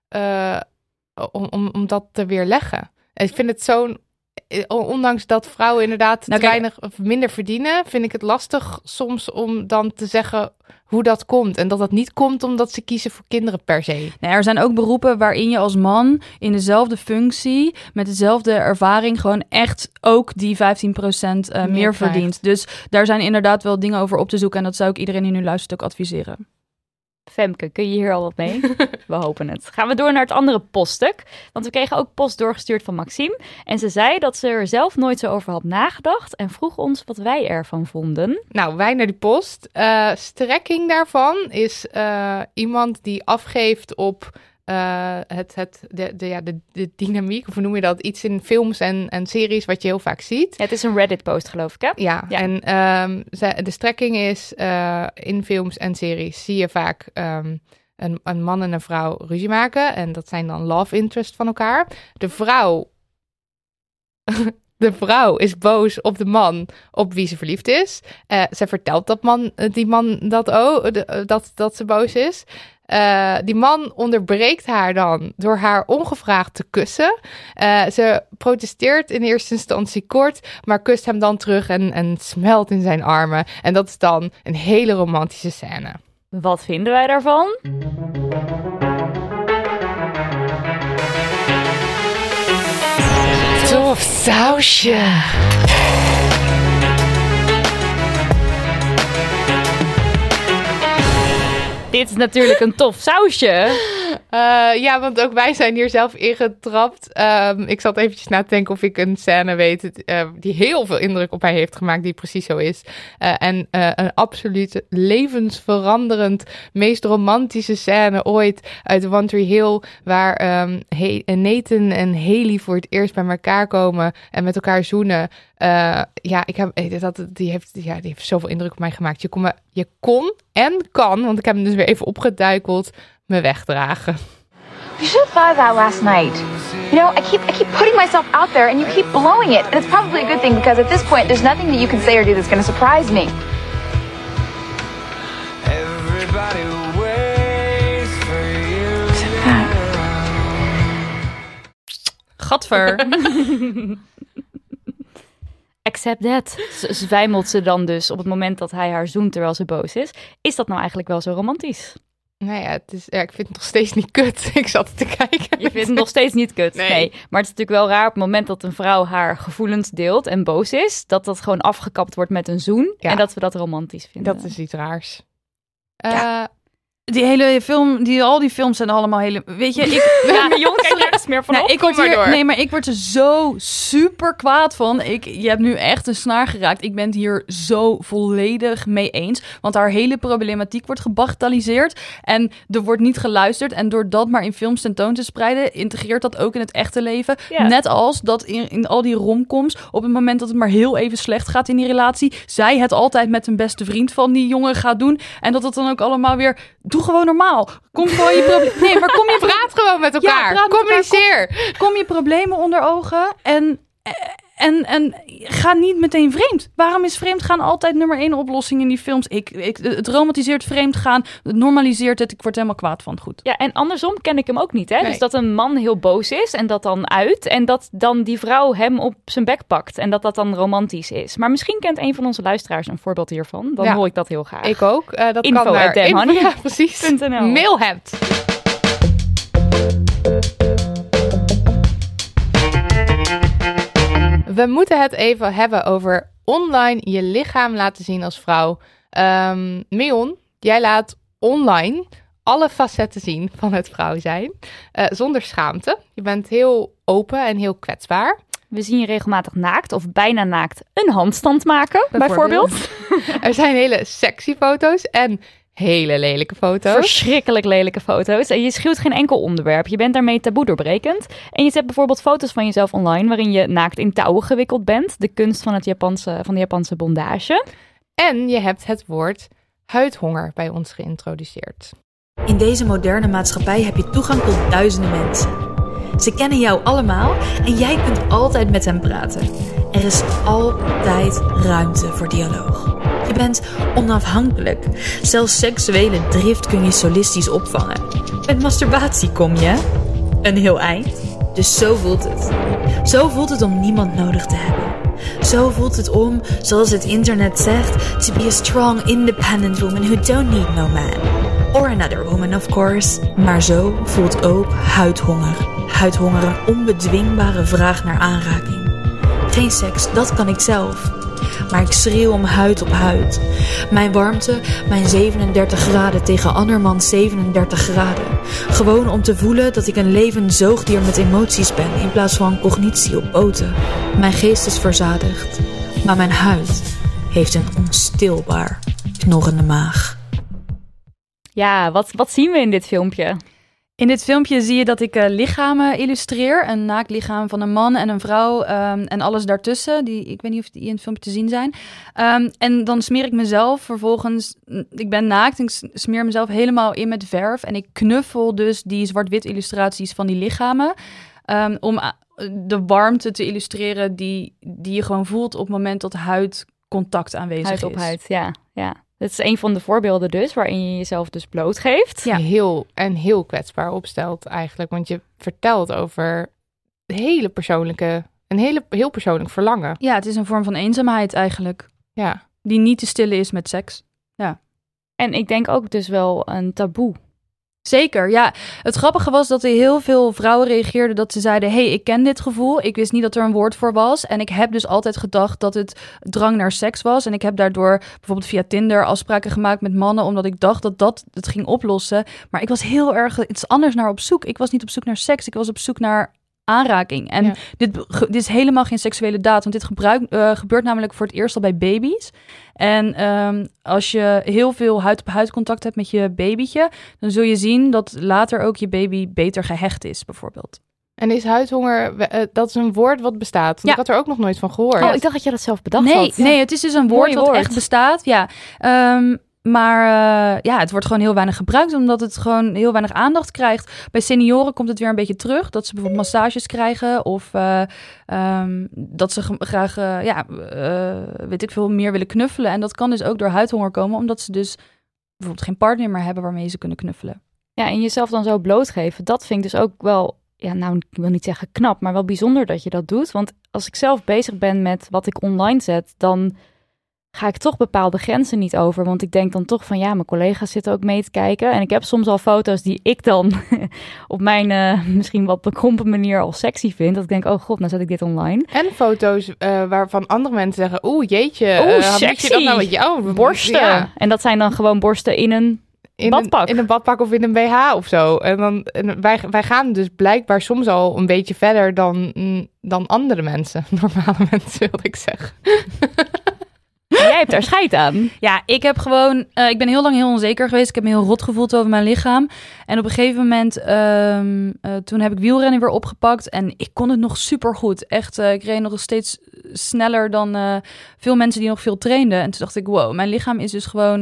uh, om, om, om dat te weerleggen. En ik vind het zo'n, ondanks dat vrouwen inderdaad nou, te kijk, weinig of minder verdienen, vind ik het lastig soms om dan te zeggen hoe dat komt. En dat dat niet komt omdat ze kiezen voor kinderen per se. Nee, er zijn ook beroepen waarin je als man in dezelfde functie, met dezelfde ervaring, gewoon echt ook die vijftien procent uh, meer, meer verdient. Dus daar zijn inderdaad wel dingen over op te zoeken. En dat zou ik iedereen die nu luistert ook adviseren. Femke, kun je hier al wat mee? We hopen het. Gaan we door naar het andere poststuk. Want we kregen ook post doorgestuurd van Maxime. En ze zei dat ze er zelf nooit zo over had nagedacht. En vroeg ons wat wij ervan vonden. Nou, wij naar die post. Uh, strekking daarvan is uh, iemand die afgeeft op uh, het, het, de, de, ja, de, de dynamiek. Of hoe noem je dat? Iets in films en, en series wat je heel vaak ziet. Ja, het is een Reddit-post, geloof ik, hè? Ja, ja. En um, de strekking is uh, in films en series zie je vaak um, een, een man en een vrouw ruzie maken. En dat zijn dan love interest van elkaar. De vrouw... De vrouw is boos op de man op wie ze verliefd is. Uh, ze vertelt dat man, die man dat, oh, de, dat, dat ze boos is. Uh, die man onderbreekt haar dan door haar ongevraagd te kussen. Uh, ze protesteert in eerste instantie kort, maar kust hem dan terug en, en smelt in zijn armen. En dat is dan een hele romantische scène. Wat vinden wij daarvan? Tof sausje. Dit is natuurlijk een tof sausje. Uh, ja, want ook wij zijn hier zelf ingetrapt. Um, ik zat eventjes na te denken of ik een scène weet het, uh, die heel veel indruk op mij heeft gemaakt, die precies zo is. Uh, en uh, een absoluut levensveranderend, meest romantische scène ooit uit One Tree Hill, waar um, He- Nathan en Haley voor het eerst bij elkaar komen en met elkaar zoenen. Uh, ja, ik heb, dat, die, heeft, ja, die heeft zoveel indruk op mij gemaakt. Je kon, me, je kon en kan, want ik heb hem dus weer even opgeduikeld, me wegdragen. You should have thought of that last night. You know, I keep I keep putting myself out there and you keep blowing it. And it's probably a good thing because at this point there's nothing that you can say or do that's going to surprise me. Everybody waits for you. Gadver. Accept that. Z- zwijmelt ze dan dus op het moment dat hij haar zoent terwijl ze boos is. Is dat nou eigenlijk wel zo romantisch? Nou ja, het is, ja, ik vind het nog steeds niet kut. Ik zat te kijken. Je vindt het nog steeds niet kut. Nee. nee. Maar het is natuurlijk wel raar op het moment dat een vrouw haar gevoelens deelt en boos is, dat dat gewoon afgekapt wordt met een zoen. Ja. En dat we dat romantisch vinden. Dat is iets raars. Uh, Ja. Die hele film, die, al die films zijn allemaal hele... Weet je, ik... Ja, de jongen kijkt er meer van Nou, op. ik word maar hier, door. nee, maar ik word er zo super kwaad van. Ik, je hebt nu echt een snaar geraakt. Ik ben het hier zo volledig mee eens. Want haar hele problematiek wordt gebagatelliseerd. En er wordt niet geluisterd. En door dat maar in films tentoon te spreiden, integreert dat ook in het echte leven. Ja. Net als dat in, in al die romcoms, op het moment dat het maar heel even slecht gaat in die relatie, zij het altijd met een beste vriend van die jongen gaat doen. En dat het dan ook allemaal weer... Doe gewoon normaal. Kom gewoon je probleem. Nee, maar kom je praat gewoon met elkaar. praat met Communiceer. Kom, kom je problemen onder ogen en, En, en ga niet meteen vreemd. Waarom is vreemd gaan altijd nummer één oplossing in die films? Ik, ik, het romantiseert vreemd gaan, het normaliseert het. Ik word helemaal kwaad van. Goed. Ja, en andersom ken ik hem ook niet. Hè? Nee. Dus dat een man heel boos is en dat dan uit. En dat dan die vrouw hem op zijn bek pakt. En dat dat dan romantisch is. Maar misschien kent een van onze luisteraars een voorbeeld hiervan. Dan Ja. hoor ik dat heel graag. Ik ook. Uh, dat Info kan naar at damhoney. info- Ja, precies. Punt N L. Mail hebt. We moeten het even hebben over online je lichaam laten zien als vrouw. Um, Mion, jij laat online alle facetten zien van het vrouw zijn. Uh, zonder schaamte. Je bent heel open en heel kwetsbaar. We zien je regelmatig naakt of bijna naakt een handstand maken, bijvoorbeeld. Bijvoorbeeld. Er zijn hele sexy foto's en hele lelijke foto's. Verschrikkelijk lelijke foto's. En je schuwt geen enkel onderwerp. Je bent daarmee taboe doorbrekend. En je zet bijvoorbeeld foto's van jezelf online waarin je naakt in touwen gewikkeld bent. De kunst van, het Japanse, van de Japanse bondage. En je hebt het woord huidhonger bij ons geïntroduceerd. In deze moderne maatschappij heb je toegang tot duizenden mensen. Ze kennen jou allemaal en jij kunt altijd met hen praten. Er is altijd ruimte voor dialoog. Je bent onafhankelijk. Zelfs seksuele drift kun je solistisch opvangen. Met masturbatie kom je een heel eind. Dus zo voelt het. Zo voelt het om niemand nodig te hebben. Zo voelt het om, zoals het internet zegt, to be a strong, independent woman who don't need no man. Or another woman, of course. Maar zo voelt ook huidhonger. Huidhonger, een onbedwingbare vraag naar aanraking. Geen seks, dat kan ik zelf. Maar ik schreeuw om huid op huid. Mijn warmte, mijn zevenendertig graden tegen andermans zevenendertig graden. Gewoon om te voelen dat ik een levend zoogdier met emoties ben in plaats van cognitie op poten. Mijn geest is verzadigd, maar mijn huid heeft een onstilbaar knorrende maag. Ja, wat, wat zien we in dit filmpje? In dit filmpje zie je dat ik uh, lichamen illustreer. Een naakt lichaam van een man en een vrouw um, en alles daartussen. Die, ik weet niet of die in het filmpje te zien zijn. Um, en dan smeer ik mezelf vervolgens... Ik ben naakt en ik smeer mezelf helemaal in met verf. En ik knuffel dus die zwart-wit illustraties van die lichamen. Um, om uh, de warmte te illustreren die, die je gewoon voelt op het moment dat huidcontact aanwezig Huid is. op huid, ja. ja. Dat is een van de voorbeelden dus, waarin je jezelf dus blootgeeft. Ja. Heel, en heel kwetsbaar opstelt eigenlijk. Want je vertelt over hele persoonlijke, een hele, heel persoonlijk verlangen. Ja, het is een vorm van eenzaamheid eigenlijk. Ja. Die niet te stillen is met seks. Ja. En ik denk ook dus wel een taboe. Zeker, ja. Het grappige was dat er heel veel vrouwen reageerden dat ze zeiden... hey, ik ken dit gevoel. Ik wist niet dat er een woord voor was. En ik heb dus altijd gedacht dat het drang naar seks was. En ik heb daardoor bijvoorbeeld via Tinder afspraken gemaakt met mannen... omdat ik dacht dat dat het ging oplossen. Maar ik was heel erg iets anders naar op zoek. Ik was niet op zoek naar seks. Ik was op zoek naar aanraking. En ja. dit, dit is helemaal geen seksuele daad. Want dit gebruik, uh, gebeurt namelijk voor het eerst al bij baby's. En um, als je heel veel huid-op-huid contact hebt met je babytje... dan zul je zien dat later ook je baby beter gehecht is, bijvoorbeeld. En is huidhonger, uh, dat is een woord wat bestaat? Want ja. Ik had er ook nog nooit van gehoord. Oh, ik dacht dat je dat zelf bedacht nee, had. Nee, het is dus een woord Mooi wat woord. echt bestaat. Ja, um, Maar uh, ja, het wordt gewoon heel weinig gebruikt... omdat het gewoon heel weinig aandacht krijgt. Bij senioren komt het weer een beetje terug... dat ze bijvoorbeeld massages krijgen... of uh, um, dat ze graag, uh, ja, uh, weet ik veel, meer willen knuffelen. En dat kan dus ook door huidhonger komen... omdat ze dus bijvoorbeeld geen partner meer hebben... waarmee ze kunnen knuffelen. Ja, en jezelf dan zo blootgeven... dat vind ik dus ook wel... ja, nou, ik wil niet zeggen knap... maar wel bijzonder dat je dat doet. Want als ik zelf bezig ben met wat ik online zet... dan... ga ik toch bepaalde grenzen niet over. Want ik denk dan toch van ja, mijn collega's zitten ook mee te kijken. En ik heb soms al foto's die ik dan op mijn uh, misschien wat bekrompen manier al sexy vind. Dat ik denk, oh god, nou zet ik dit online. En foto's uh, waarvan andere mensen zeggen, oeh jeetje. Oeh, uh, sexy. Je dat nou met jou? Borsten. Ja. En dat zijn dan gewoon borsten in een in badpak. Een, in een badpak of in een B H of zo. En, dan, en wij, wij gaan dus blijkbaar soms al een beetje verder dan, dan andere mensen. Normale mensen, wilde ik zeggen. Jij hebt daar scheid aan. Ja, ik heb gewoon... Uh, ik ben heel lang heel onzeker geweest. Ik heb me heel rot gevoeld over mijn lichaam. En op een gegeven moment... Um, uh, toen heb ik wielrennen weer opgepakt. En ik kon het nog supergoed. Echt, uh, ik reed nog steeds sneller dan uh, veel mensen die nog veel trainden. En toen dacht ik, wow, mijn lichaam is dus gewoon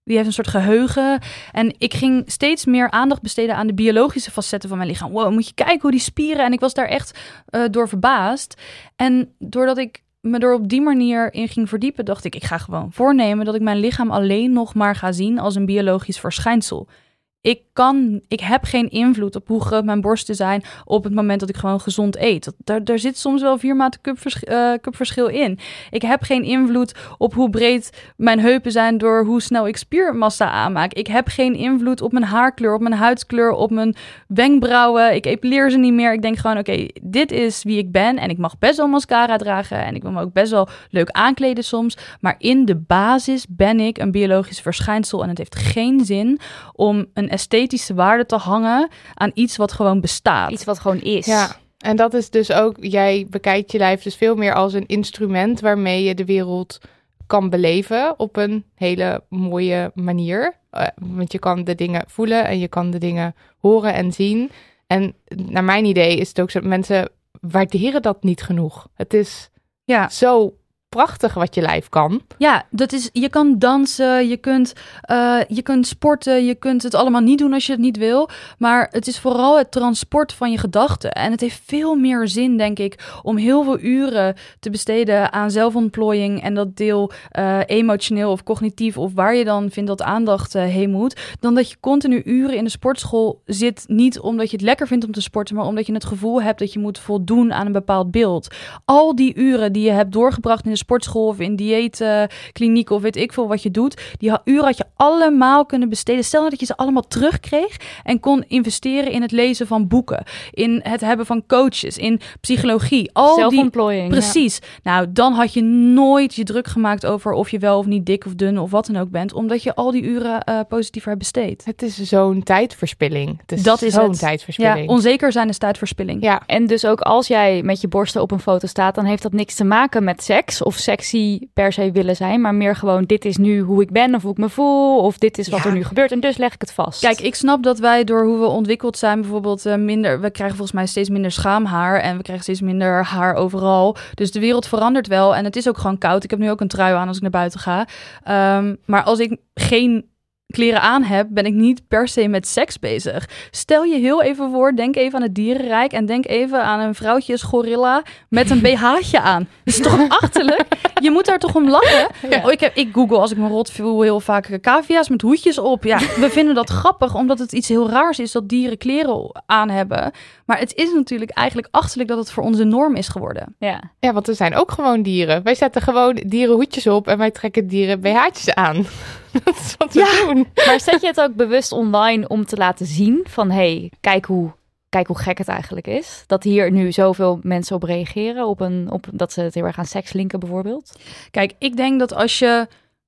Die heeft een soort geheugen. En ik ging steeds meer aandacht besteden aan de biologische facetten van mijn lichaam. Wow, moet je kijken hoe die spieren... En ik was daar echt uh, door verbaasd. En doordat ik me er op die manier in ging verdiepen... dacht ik, ik ga gewoon voornemen dat ik mijn lichaam alleen nog maar ga zien als een biologisch verschijnsel. Ik kan, ik heb geen invloed op hoe groot mijn borsten zijn op het moment dat ik gewoon gezond eet. Dat, daar, daar zit soms wel vier maten cupversch, uh, cupverschil in. Ik heb geen invloed op hoe breed mijn heupen zijn door hoe snel ik spiermassa aanmaak. Ik heb geen invloed op mijn haarkleur, op mijn huidskleur, op mijn wenkbrauwen. Ik epileer ze niet meer. Ik denk gewoon, oké, okay, dit is wie ik ben. En ik mag best wel mascara dragen en ik wil me ook best wel leuk aankleden soms. Maar in de basis ben ik een biologisch verschijnsel en het heeft geen zin om een esthetische waarde te hangen aan iets wat gewoon bestaat. Iets wat gewoon is. Ja, en dat is dus ook, jij bekijkt je lijf dus veel meer als een instrument waarmee je de wereld kan beleven op een hele mooie manier. Uh, want je kan de dingen voelen en je kan de dingen horen en zien. En naar mijn idee is het ook zo dat mensen waarderen dat niet genoeg. Het is ja. zo prachtig wat je lijf kan. Ja, dat is, je kan dansen, je kunt, uh, je kunt sporten, je kunt het allemaal niet doen als je het niet wil. Maar het is vooral het transport van je gedachten. En het heeft veel meer zin, denk ik, om heel veel uren te besteden aan zelfontplooiing en dat deel uh, emotioneel of cognitief of waar je dan vindt dat aandacht uh, heen moet, dan dat je continu uren in de sportschool zit, niet omdat je het lekker vindt om te sporten, maar omdat je het gevoel hebt dat je moet voldoen aan een bepaald beeld. Al die uren die je hebt doorgebracht in de sportschool of in dieetkliniek of weet ik veel wat je doet, die uren had je allemaal kunnen besteden. Stel nou dat je ze allemaal terugkreeg en kon investeren in het lezen van boeken, in het hebben van coaches, in psychologie. Al zelfontplooiing. Die, precies. Ja. Nou, dan had je nooit je druk gemaakt over of je wel of niet dik of dun of wat dan ook bent, omdat je al die uren uh, positiever hebt besteed. Het is zo'n tijdverspilling. Het is dat is zo'n het. tijdverspilling. Ja, onzeker zijn is tijdverspilling. Ja, en dus ook als jij met je borsten op een foto staat, dan heeft dat niks te maken met seks of sexy per se willen zijn, maar meer gewoon dit is nu hoe ik ben of hoe ik me voel of dit is wat ja. er nu gebeurt en dus leg ik het vast. Kijk, ik snap dat wij door hoe we ontwikkeld zijn bijvoorbeeld uh, minder, we krijgen volgens mij steeds minder schaamhaar en we krijgen steeds minder haar overal. Dus de wereld verandert wel en het is ook gewoon koud. Ik heb nu ook een trui aan als ik naar buiten ga. Um, maar als ik geen kleren aan heb, ben ik niet per se met seks bezig. Stel je heel even voor, denk even aan het dierenrijk en denk even aan een vrouwtjesgorilla met een B H'tje aan. Dat is toch achterlijk? Je moet daar toch om lachen? Ja. Oh, ik, heb, ik google als ik me rot voel heel vaak cavia's met hoedjes op. Ja, we vinden dat grappig, omdat het iets heel raars is dat dieren kleren aan hebben. Maar het is natuurlijk eigenlijk achterlijk dat het voor onze norm is geworden. Ja, ja, want er zijn ook gewoon dieren. Wij zetten gewoon dierenhoedjes op en wij trekken dieren B H'tjes aan. Dat is wat we ja. doen. Maar zet je het ook bewust online om te laten zien van hey, kijk hoe, kijk hoe gek het eigenlijk is. Dat hier nu zoveel mensen op reageren, op een, op, dat ze het heel erg aan seks linken bijvoorbeeld. Kijk, ik denk dat als je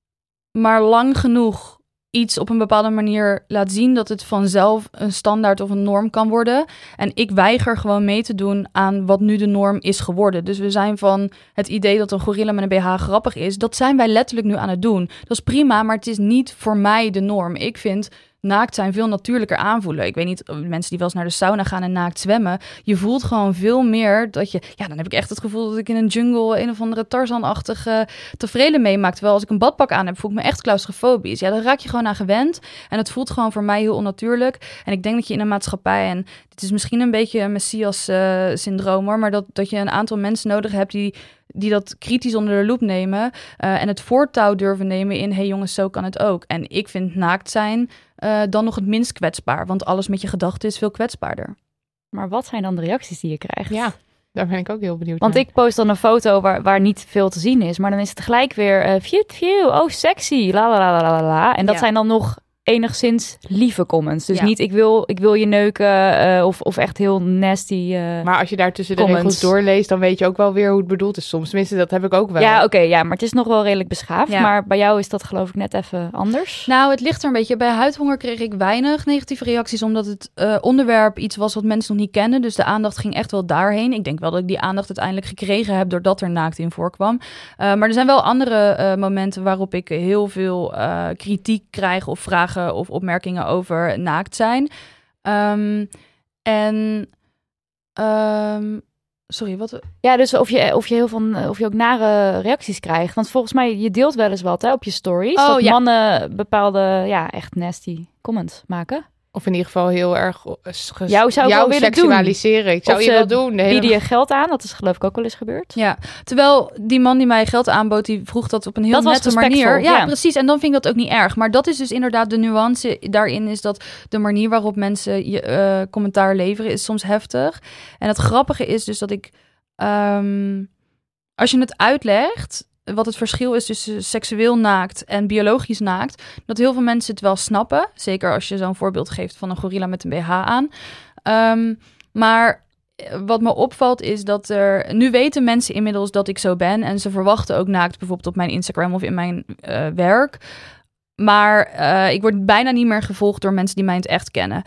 maar lang genoeg iets op een bepaalde manier laat zien, dat het vanzelf een standaard of een norm kan worden. En ik weiger gewoon mee te doen aan wat nu de norm is geworden. Dus we zijn van het idee dat een gorilla met een B H grappig is, dat zijn wij letterlijk nu aan het doen. Dat is prima, maar het is niet voor mij de norm. Ik vind naakt zijn veel natuurlijker aanvoelen. Ik weet niet, mensen die wel eens naar de sauna gaan en naakt zwemmen, je voelt gewoon veel meer dat je, ja, dan heb ik echt het gevoel dat ik in een jungle een of andere Tarzan-achtige tevreden meemaak. Terwijl als ik een badpak aan heb, voel ik me echt claustrofobisch. Ja, daar raak je gewoon aan gewend en het voelt gewoon voor mij heel onnatuurlijk. En ik denk dat je in een maatschappij, en dit is misschien een beetje een Messias-syndroom uh, hoor, maar dat, dat je een aantal mensen nodig hebt die die dat kritisch onder de loep nemen uh, en het voortouw durven nemen in, hey jongens, zo kan het ook. En ik vind naakt zijn uh, dan nog het minst kwetsbaar, want alles met je gedachten is veel kwetsbaarder. Maar wat zijn dan de reacties die je krijgt? Ja, daar ben ik ook heel benieuwd Want naar. ik post dan een foto waar, waar niet veel te zien is, maar dan is het tegelijk weer uh, phew, phew, oh sexy, la la la la la. En dat ja. zijn dan nog enigszins lieve comments. Dus ja. niet ik wil, ik wil je neuken uh, of, of echt heel nasty uh, Maar als je daar tussen de comments. regels doorleest, dan weet je ook wel weer hoe het bedoeld is soms. Tenminste, dat heb ik ook wel. Ja, oké, okay, ja, maar het is nog wel redelijk beschaafd. Ja. Maar bij jou is dat geloof ik net even anders. Nou, het ligt er een beetje. Bij huidhonger kreeg ik weinig negatieve reacties, omdat het uh, onderwerp iets was wat mensen nog niet kennen. Dus de aandacht ging echt wel daarheen. Ik denk wel dat ik die aandacht uiteindelijk gekregen heb doordat er naakt in voorkwam. Uh, maar er zijn wel andere uh, momenten waarop ik heel veel uh, kritiek krijg of vragen of opmerkingen over naakt zijn. Um, en um, Sorry, wat? Ja, dus of je, of je heel van, of je ook nare reacties krijgt. Want volgens mij, je deelt wel eens wat hè, op je stories. Oh, dat ja. mannen bepaalde, ja, echt nasty comments maken. Of in ieder geval heel erg ges- Jou zou ik wel willen seksualiseren. Ik zou Of je ze wel doen. De hele... bieden je geld aan. Dat is geloof ik ook wel eens gebeurd. Ja, terwijl die man die mij geld aanbood, die vroeg dat op een heel Dat was nette respectvol, manier. Ja, ja. precies. En dan vind ik dat ook niet erg. Maar dat is dus inderdaad de nuance daarin, is dat de manier waarop mensen je uh, commentaar leveren is soms heftig. En het grappige is dus dat ik, um, als je het uitlegt, wat het verschil is tussen seksueel naakt en biologisch naakt, dat heel veel mensen het wel snappen. Zeker als je zo'n voorbeeld geeft van een gorilla met een B H aan. Um, maar wat me opvalt is dat er... Nu weten mensen inmiddels dat ik zo ben. En ze verwachten ook naakt bijvoorbeeld op mijn Instagram of in mijn uh, werk. Maar uh, ik word bijna niet meer gevolgd door mensen die mij in het echt kennen.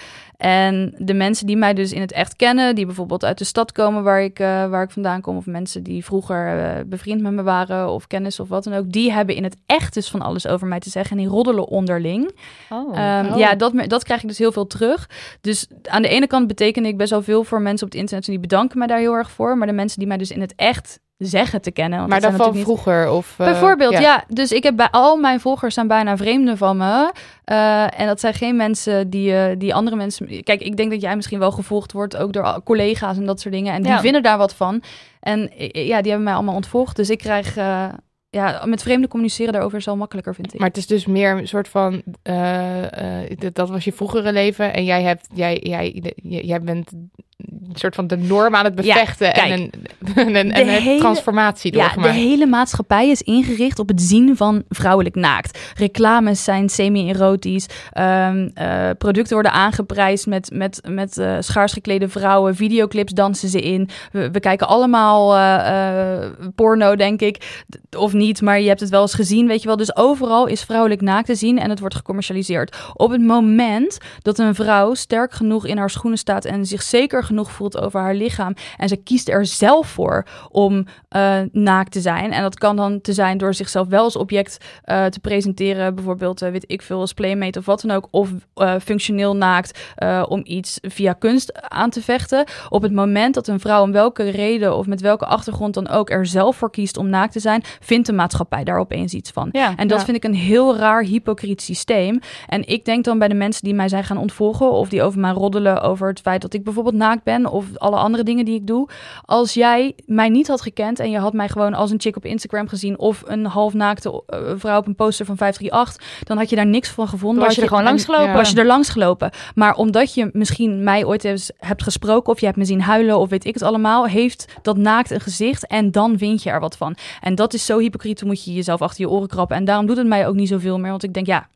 En de mensen die mij dus in het echt kennen, die bijvoorbeeld uit de stad komen waar ik, uh, waar ik vandaan kom, of mensen die vroeger uh, bevriend met me waren, of kennis of wat dan ook, die hebben in het echt dus van alles over mij te zeggen en die roddelen onderling. Oh. Um, oh. Ja, dat, dat krijg ik dus heel veel terug. Dus aan de ene kant betekende ik best wel veel voor mensen op het internet en die bedanken mij daar heel erg voor. Maar de mensen die mij dus in het echt zeggen te kennen. Want maar dat dan zijn van natuurlijk vroeger? Of, uh, Bijvoorbeeld, ja. ja. Dus ik heb bij al mijn volgers zijn bijna vreemden van me. Uh, en dat zijn geen mensen die, uh, die andere mensen... Kijk, ik denk dat jij misschien wel gevolgd wordt, ook door collega's en dat soort dingen. En die ja. vinden daar wat van. En ja, die hebben mij allemaal ontvolgd. Dus ik krijg... Uh, ja, met vreemden communiceren daarover is al makkelijker, vind ik. Maar het is dus meer een soort van... Uh, uh, dat was je vroegere leven. En jij, hebt, jij, jij, jij bent een soort van de norm aan het bevechten. Ja, en een, en een, en een hele, transformatie doorgemaakt. Ja, de hele maatschappij is ingericht op het zien van vrouwelijk naakt. Reclames zijn semi-erotisch. Um, uh, producten worden aangeprijsd met, met, met uh, schaars geklede vrouwen. Videoclips dansen ze in. We, we kijken allemaal uh, uh, porno, denk ik. Of niet, maar je hebt het wel eens gezien, weet je wel. Dus overal is vrouwelijk naakt te zien en het wordt gecommercialiseerd. Op het moment dat een vrouw sterk genoeg in haar schoenen staat en zich zeker genoeg voelt over haar lichaam en ze kiest er zelf voor om uh, naakt te zijn. En dat kan dan te zijn door zichzelf wel als object uh, te presenteren, bijvoorbeeld, uh, weet ik veel, als playmate of wat dan ook, of uh, functioneel naakt uh, om iets via kunst aan te vechten. Op het moment dat een vrouw om welke reden of met welke achtergrond dan ook er zelf voor kiest om naakt te zijn, vindt de maatschappij daar opeens iets van. Ja, en dat ja. vind ik een heel raar, hypocriet systeem. En ik denk dan bij de mensen die mij zijn gaan ontvolgen of die over mij roddelen over het feit dat ik bijvoorbeeld naakt ben of alle andere dingen die ik doe. Als jij mij niet had gekend en je had mij gewoon als een chick op Instagram gezien of een halfnaakte uh, vrouw op een poster van vijf drie acht, dan had je daar niks van gevonden. Was je er gewoon langs gelopen? Ja. Was je er langs gelopen. Maar omdat je misschien mij ooit eens hebt gesproken of je hebt me zien huilen of weet ik het allemaal, heeft dat naakt een gezicht en dan vind je er wat van. En dat is zo hypocriet, dan moet je jezelf achter je oren krabben. En daarom doet het mij ook niet zoveel meer, want ik denk, ja,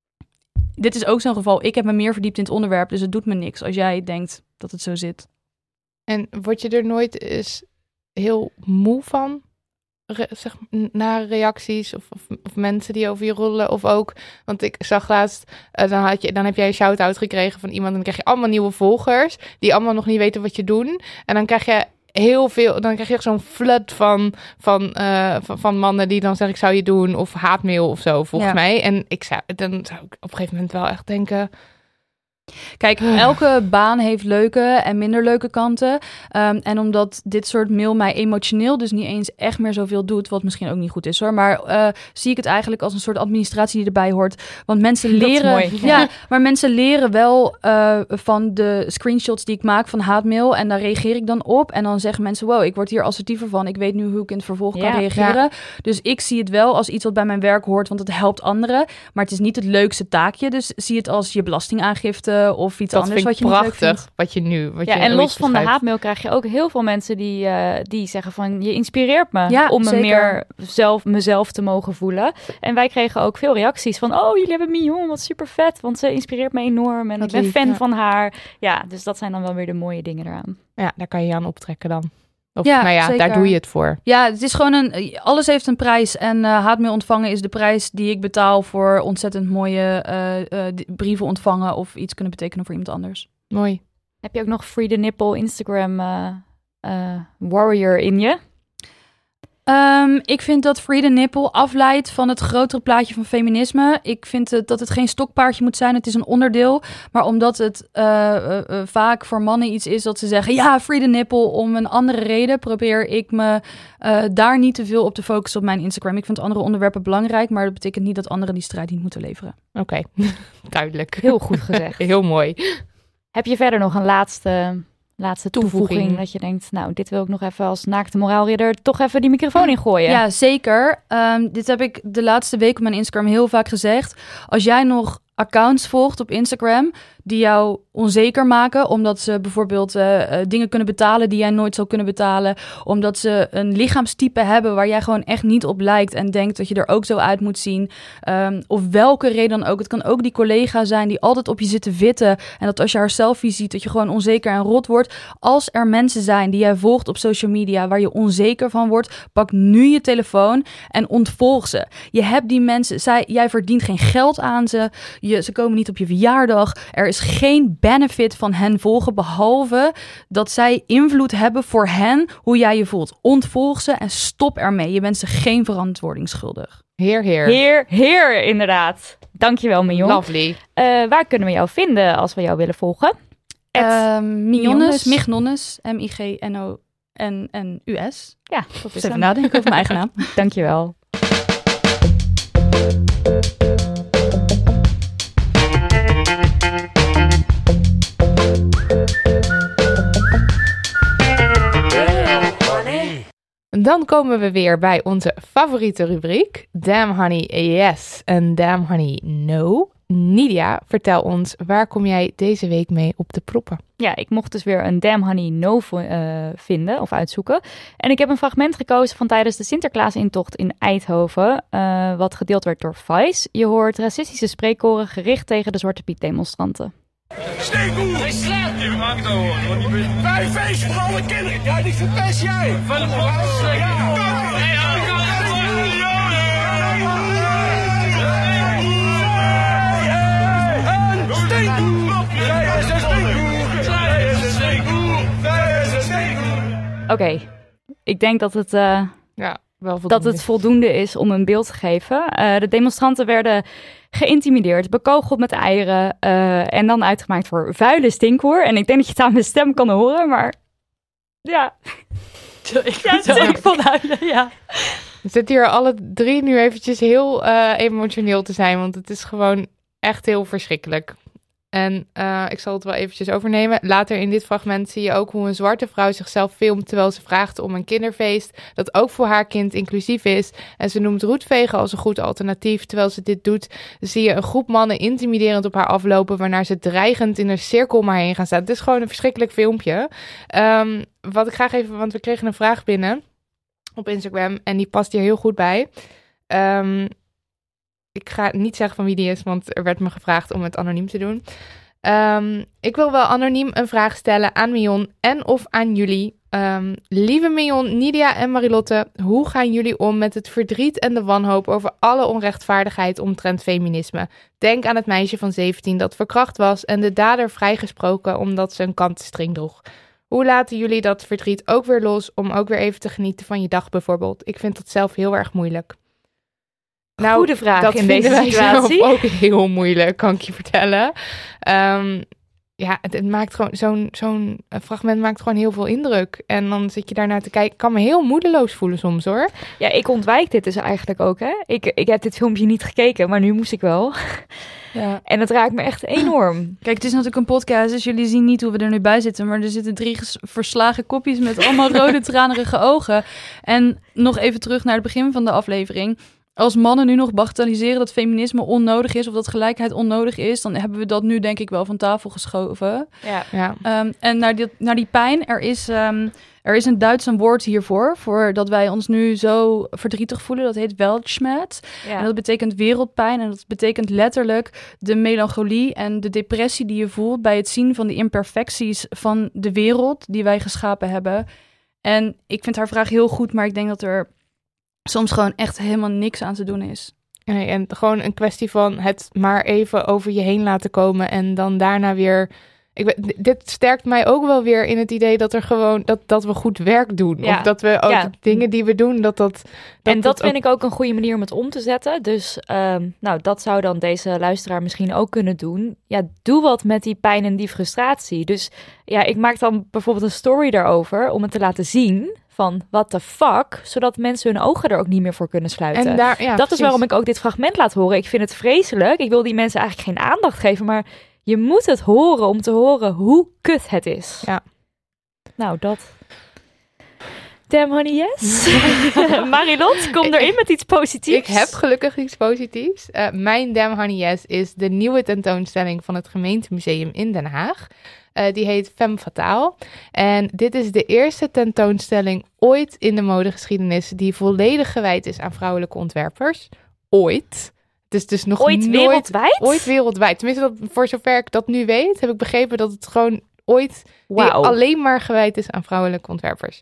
dit is ook zo'n geval. Ik heb me meer verdiept in het onderwerp, dus het doet me niks als jij denkt dat het zo zit. En word je er nooit eens heel moe van? Re- zeg, naar reacties of, of, of mensen die over je rollen? Of ook, want ik zag laatst, uh, dan, had je, dan heb jij een shout-out gekregen van iemand en dan krijg je allemaal nieuwe volgers die allemaal nog niet weten wat je doet. En dan krijg je heel veel, dan krijg je echt zo'n flood van, van, uh, van, van mannen die dan zeggen ik zou je doen of haatmail of zo, volgens ja. mij. En ik zou, dan zou ik op een gegeven moment wel echt denken... Kijk, elke baan heeft leuke en minder leuke kanten. Um, en omdat dit soort mail mij emotioneel dus niet eens echt meer zoveel doet, wat misschien ook niet goed is hoor, maar uh, zie ik het eigenlijk als een soort administratie die erbij hoort. Want mensen leren, dat is mooi. Ja, maar mensen leren wel uh, van de screenshots die ik maak van haatmail en daar reageer ik dan op. En dan zeggen mensen, wow, ik word hier assertiever van. Ik weet nu hoe ik in het vervolg ja, kan reageren. Ja. Dus ik zie het wel als iets wat bij mijn werk hoort, want het helpt anderen. Maar het is niet het leukste taakje. Dus zie het als je belastingaangifte of iets dat anders wat je prachtig, niet leuk vindt. wat je nu wat ja, je en los beschrijft. van de haatmail krijg je ook heel veel mensen die, uh, die zeggen van je inspireert me ja, om me zeker. meer zelf, mezelf te mogen voelen. En wij kregen ook veel reacties van oh, jullie hebben Mion, wat super vet, want ze inspireert me enorm en wat ik ben lief, fan ja. van haar. Ja, dus dat zijn dan wel weer de mooie dingen eraan. Ja, daar kan je je aan optrekken dan. Of ja, nou ja, zeker. daar doe je het voor. Ja, het is gewoon een... Alles heeft een prijs. En uh, haatmail ontvangen is de prijs die ik betaal voor ontzettend mooie uh, uh, brieven ontvangen of iets kunnen betekenen voor iemand anders. Mooi. Heb je ook nog Free the Nipple Instagram uh, uh, warrior in je? Um, ik vind dat Free the Nipple afleidt van het grotere plaatje van feminisme. Ik vind het, dat het geen stokpaardje moet zijn. Het is een onderdeel. Maar omdat het uh, uh, uh, vaak voor mannen iets is dat ze zeggen... ja, Free the Nipple om een andere reden... probeer ik me uh, daar niet te veel op te focussen op mijn Instagram. Ik vind andere onderwerpen belangrijk... maar dat betekent niet dat anderen die strijd niet moeten leveren. Oké, okay. Duidelijk. Heel goed gezegd. Heel mooi. Heb je verder nog een laatste... Laatste toevoeging. Toevoeging. Dat je denkt, nou, dit wil ik nog even als naakte moraalridder toch even die microfoon ingooien. Ja, zeker. Um, dit heb ik de laatste week op mijn Instagram heel vaak gezegd. Als jij nog accounts volgt op Instagram die jou onzeker maken, omdat ze bijvoorbeeld uh, uh, dingen kunnen betalen die jij nooit zou kunnen betalen, omdat ze een lichaamstype hebben waar jij gewoon echt niet op lijkt en denkt dat je er ook zo uit moet zien, um, of welke reden dan ook. Het kan ook die collega zijn die altijd op je zit te vitten en dat als je haar selfie ziet, dat je gewoon onzeker en rot wordt. Als er mensen zijn die jij volgt op social media waar je onzeker van wordt, pak nu je telefoon en ontvolg ze. Je hebt die mensen, zij, jij verdient geen geld aan ze, je, ze komen niet op je verjaardag, er is geen benefit van hen volgen, behalve dat zij invloed hebben voor hen, hoe jij je voelt. Ontvolg ze en stop ermee. Je bent ze geen verantwoording schuldig. Heer, heer. Heer, heer, inderdaad. Dankjewel, Mignon. Lovely. Uh, waar kunnen we jou vinden als we jou willen volgen? Uh, Mignonnes, Mignonnes, M I G N O N N U S. Ja, dat is even nadenken over mijn eigen naam. Dankjewel. Dan komen we weer bij onze favoriete rubriek. Damn Honey Yes en Damn Honey No. Nidia, vertel ons, waar kom jij deze week mee op de proppen? Ja, ik mocht dus weer een Damn Honey No uh, vinden of uitzoeken. En ik heb een fragment gekozen van tijdens de Sinterklaasintocht in Eindhoven, uh, wat gedeeld werd door Vice. Je hoort racistische spreekkoren gericht tegen de Zwarte Piet demonstranten. Steekboer! Hij slaat je! Maakt het hoor. Wij feest voor alle kinderen! Ja, die verpest jij! Van de box! Oké, okay. Ik denk dat het, uh, ja, wel dat het voldoende is om een beeld te geven. Uh, de demonstranten werden geïntimideerd, bekogeld met eieren uh, en dan uitgemaakt voor vuile stinkhoer. En ik denk dat je het aan mijn stem kan horen, maar ja. Ik ja, het volhouden, ja. We zitten hier alle drie nu eventjes heel uh, emotioneel te zijn, want het is gewoon echt heel verschrikkelijk. En uh, ik zal het wel eventjes overnemen. Later in dit fragment zie je ook hoe een zwarte vrouw zichzelf filmt terwijl ze vraagt om een kinderfeest dat ook voor haar kind inclusief is. En ze noemt roetvegen als een goed alternatief. Terwijl ze dit doet, zie je een groep mannen intimiderend op haar aflopen, waarna ze dreigend in een cirkel om haar heen gaan staan. Het is gewoon een verschrikkelijk filmpje. Um, wat ik graag even, want we kregen een vraag binnen op Instagram en die past hier heel goed bij. Um, Ik ga niet zeggen van wie die is, want er werd me gevraagd om het anoniem te doen. Um, ik wil wel anoniem een vraag stellen aan Mion en of aan jullie. Um, lieve Mion, Nidia en Marilotte, hoe gaan jullie om met het verdriet en de wanhoop over alle onrechtvaardigheid omtrent feminisme? Denk aan het meisje van zeventien dat verkracht was en de dader vrijgesproken omdat ze een kantenstring droeg. Hoe laten jullie dat verdriet ook weer los om ook weer even te genieten van je dag bijvoorbeeld? Ik vind dat zelf heel erg moeilijk. Nou, goede vraag dat in deze situatie. Ook heel moeilijk, kan ik je vertellen. Um, ja, het, het maakt gewoon zo'n zo'n fragment maakt gewoon heel veel indruk. En dan zit je daarnaar te kijken. Ik kan me heel moedeloos voelen soms, hoor. Ja, ik ontwijk dit dus eigenlijk ook, hè. Ik, ik heb dit filmpje niet gekeken, maar nu moest ik wel. Ja. En het raakt me echt enorm. Kijk, het is natuurlijk een podcast, dus jullie zien niet hoe we er nu bij zitten. Maar er zitten drie ges- verslagen kopjes met allemaal rode, tranerige ogen. En nog even terug naar het begin van de aflevering. Als mannen nu nog bagatelliseren dat feminisme onnodig is of dat gelijkheid onnodig is, dan hebben we dat nu denk ik wel van tafel geschoven. Ja. Ja. Um, en naar die, naar die pijn, er is, um, er is een Duits woord hiervoor, voor dat wij ons nu zo verdrietig voelen. Dat heet Weltschmerz. Ja. En dat betekent wereldpijn en dat betekent letterlijk de melancholie en de depressie die je voelt bij het zien van de imperfecties van de wereld die wij geschapen hebben. En ik vind haar vraag heel goed, maar ik denk dat er soms gewoon echt helemaal niks aan te doen is. Nee, en gewoon een kwestie van het maar even over je heen laten komen en dan daarna weer Ik weet, dit sterkt mij ook wel weer in het idee dat er gewoon dat, dat we goed werk doen. Ja. Of dat we ook Ja. dingen die we doen, dat dat. dat en dat dat vind ook... ik ook een goede manier om het om te zetten. Dus um, nou, dat zou dan deze luisteraar misschien ook kunnen doen. Ja, doe wat met die pijn en die frustratie. Dus ja, ik maak dan bijvoorbeeld een story daarover om het te laten zien van what the fuck, zodat mensen hun ogen er ook niet meer voor kunnen sluiten. En daar, ja, dat precies. is waarom ik ook dit fragment laat horen. Ik vind het vreselijk. Ik wil die mensen eigenlijk geen aandacht geven, maar je moet het horen om te horen hoe kut het is. Ja. Nou, dat. Damn honey, yes. Marilot, kom erin met iets positiefs. Ik heb gelukkig iets positiefs. Uh, mijn Damn Honey Yes is de nieuwe tentoonstelling van het Gemeentemuseum in Den Haag. Uh, die heet Femme Fatale. En dit is de eerste tentoonstelling ooit in de modegeschiedenis die volledig gewijd is aan vrouwelijke ontwerpers. Ooit. Het is dus nog ooit nooit... wereldwijd? Ooit wereldwijd. Tenminste, dat, voor zover ik dat nu weet, heb ik begrepen dat het gewoon ooit wow. alleen maar gewijd is aan vrouwelijke ontwerpers.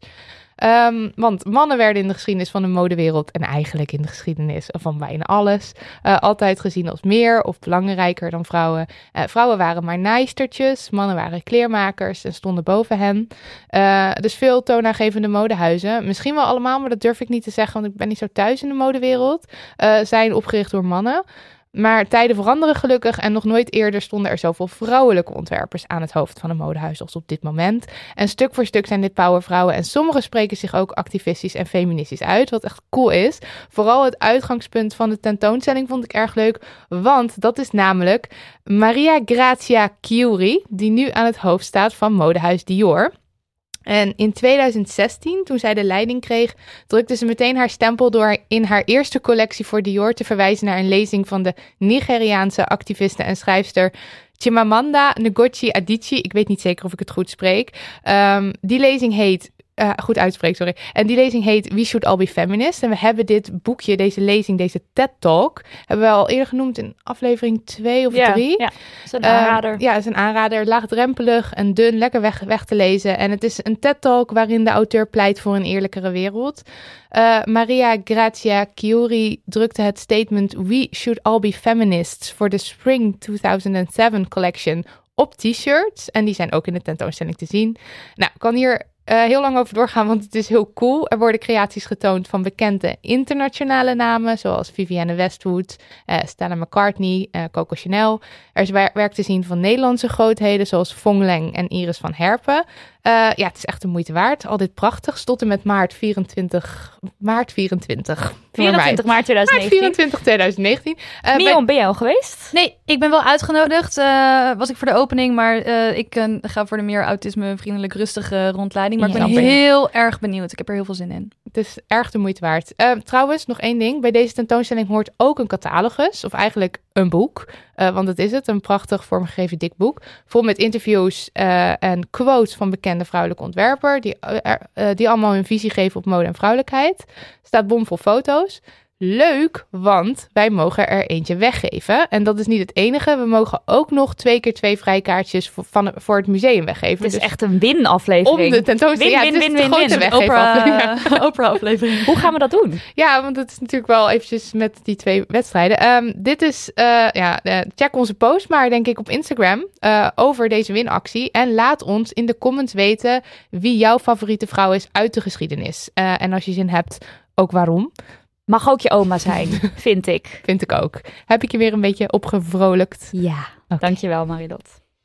Um, want mannen werden in de geschiedenis van de modewereld en eigenlijk in de geschiedenis van bijna alles uh, altijd gezien als meer of belangrijker dan vrouwen. Uh, vrouwen waren maar naaistertjes, mannen waren kleermakers en stonden boven hen. Uh, dus veel toonaangevende modehuizen, misschien wel allemaal, maar dat durf ik niet te zeggen, want ik ben niet zo thuis in de modewereld, uh, zijn opgericht door mannen. Maar tijden veranderen gelukkig en nog nooit eerder stonden er zoveel vrouwelijke ontwerpers aan het hoofd van een modehuis als op dit moment. En stuk voor stuk zijn dit powervrouwen en sommigen spreken zich ook activistisch en feministisch uit, wat echt cool is. Vooral het uitgangspunt van de tentoonstelling vond ik erg leuk, want dat is namelijk Maria Grazia Chiuri, die nu aan het hoofd staat van modehuis Dior. En in tweeduizend zestien, toen zij de leiding kreeg, drukte ze meteen haar stempel door in haar eerste collectie voor Dior te verwijzen naar een lezing van de Nigeriaanse activiste en schrijfster Chimamanda Ngozi Adichie. Ik weet niet zeker of ik het goed spreek. Um, die lezing heet... Uh, goed uitspreek, sorry. En die lezing heet We Should All Be Feminist. En we hebben dit boekje, deze lezing, deze TED-talk, hebben we al eerder genoemd in aflevering twee of ja, drie. Ja, is een aanrader. Uh, ja, is een aanrader. Laagdrempelig en dun, lekker weg, weg te lezen. En het is een TED-talk waarin de auteur pleit voor een eerlijkere wereld. Uh, Maria Grazia Chiuri drukte het statement We Should All Be Feminists voor de Spring tweeduizend zeven collection op t-shirts. En die zijn ook in de tentoonstelling te zien. Nou, ik kan hier Uh, heel lang over doorgaan, want het is heel cool. Er worden creaties getoond van bekende internationale namen, zoals Vivienne Westwood, uh, Stella McCartney, uh, Coco Chanel. Er is werk te zien van Nederlandse grootheden, zoals Fong Leng en Iris van Herpen. Uh, ja, het is echt de moeite waard. Al dit prachtigs tot en met maart vierentwintig. Maart vierentwintig. vierentwintig maart tweeduizend negentien. maart vierentwintig tweeduizend negentien. Uh, Mion, bij... ben jij al geweest? Nee, ik ben wel uitgenodigd. Uh, was ik voor de opening, maar uh, ik uh, ga voor de meer autisme-vriendelijk rustige rondleiding. Maar Ja, ik ben heel erg benieuwd. Ik heb er heel veel zin in. Het is erg de moeite waard. Uh, trouwens, nog één ding. Bij deze tentoonstelling hoort ook een catalogus, of eigenlijk een boek. Uh, want het is het, een prachtig vormgegeven dik boek. Vol met interviews uh, en quotes van bekende vrouwelijke ontwerper. Die, uh, uh, die allemaal hun visie geven op mode en vrouwelijkheid. Er staat bomvol foto's. Leuk, want wij mogen er eentje weggeven. En dat is niet het enige. We mogen ook nog twee keer twee vrijkaartjes voor, van, voor het museum weggeven. Het is dus echt een win-aflevering. Om de tentoonstelling. Win, ja, win, het is win, de win, grote win. weggeefaflevering. Oprah-aflevering. Hoe gaan we dat doen? Ja, want het is natuurlijk wel eventjes met die twee wedstrijden. Um, dit is, uh, ja, uh, check onze post maar denk ik op Instagram uh, over deze winactie. En laat ons in de comments weten wie jouw favoriete vrouw is uit de geschiedenis. Uh, en als je zin hebt, ook waarom. Mag ook je oma zijn, vind ik. Vind ik ook. Heb ik je weer een beetje opgevrolijkt? Ja, okay. Dankjewel Marilot.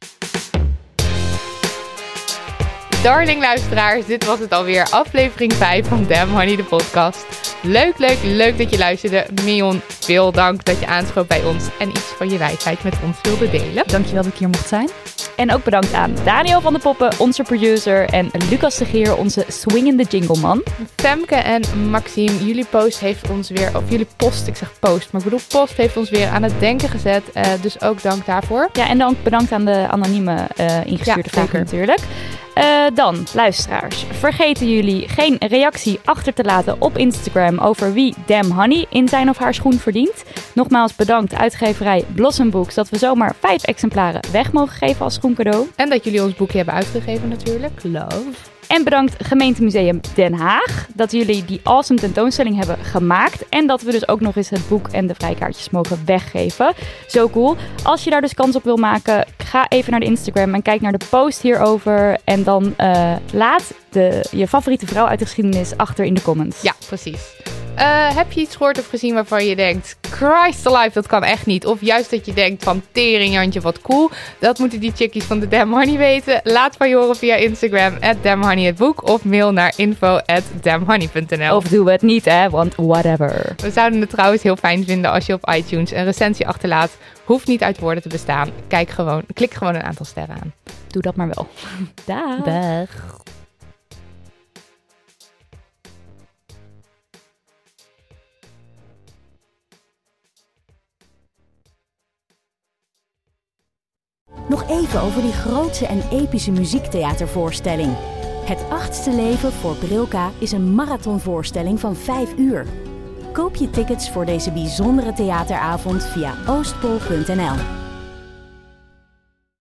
Darling luisteraars, dit was het alweer. Aflevering vijf van Damn Honey, de podcast. Leuk, leuk, leuk dat je luisterde. Mion, veel dank dat je aanschoot bij ons en iets van je wijsheid met ons wilde delen. Dankjewel dat ik hier mocht zijn. En ook bedankt aan Daniel van de Poppen, onze producer, en Lucas de Geer, onze swingende jingleman. Femke en Maxime, jullie post heeft ons weer, of jullie post, ik zeg post, maar ik bedoel post heeft ons weer aan het denken gezet. Uh, dus ook dank daarvoor. Ja, en dan bedankt aan de anonieme uh, ingestuurde ja, vragen natuurlijk. Uh, dan, luisteraars, vergeten jullie geen reactie achter te laten op Instagram over wie Damn Honey in zijn of haar schoen verdient. Nogmaals bedankt uitgeverij Blossom Books dat we zomaar vijf exemplaren weg mogen geven als schoencadeau. En dat jullie ons boekje hebben uitgegeven natuurlijk. Love. En bedankt Gemeentemuseum Den Haag dat jullie die awesome tentoonstelling hebben gemaakt. En dat we dus ook nog eens het boek en de vrijkaartjes mogen weggeven. Zo cool. Als je daar dus kans op wil maken, ga even naar de Instagram en kijk naar de post hierover. En dan uh, laat de, je favoriete vrouw uit de geschiedenis achter in de comments. Ja, precies. Uh, heb je iets gehoord of gezien waarvan je denkt, Christ alive, dat kan echt niet. Of juist dat je denkt van tering Jantje, wat cool. Dat moeten die chickies van de Damn Honey weten. Laat van je horen via Instagram, at damnhoney het boek. Of mail naar info at damnhoney punt n l. Of doe het niet, hè, want whatever. We zouden het trouwens heel fijn vinden als je op iTunes een recensie achterlaat. Hoeft niet uit woorden te bestaan. Kijk gewoon, klik gewoon een aantal sterren aan. Doe dat maar wel. Dag. Dag. Nog even over die grootse en epische muziektheatervoorstelling. Het achtste leven voor Brilka is een marathonvoorstelling van vijf uur. Koop je tickets voor deze bijzondere theateravond via oostpol punt n l.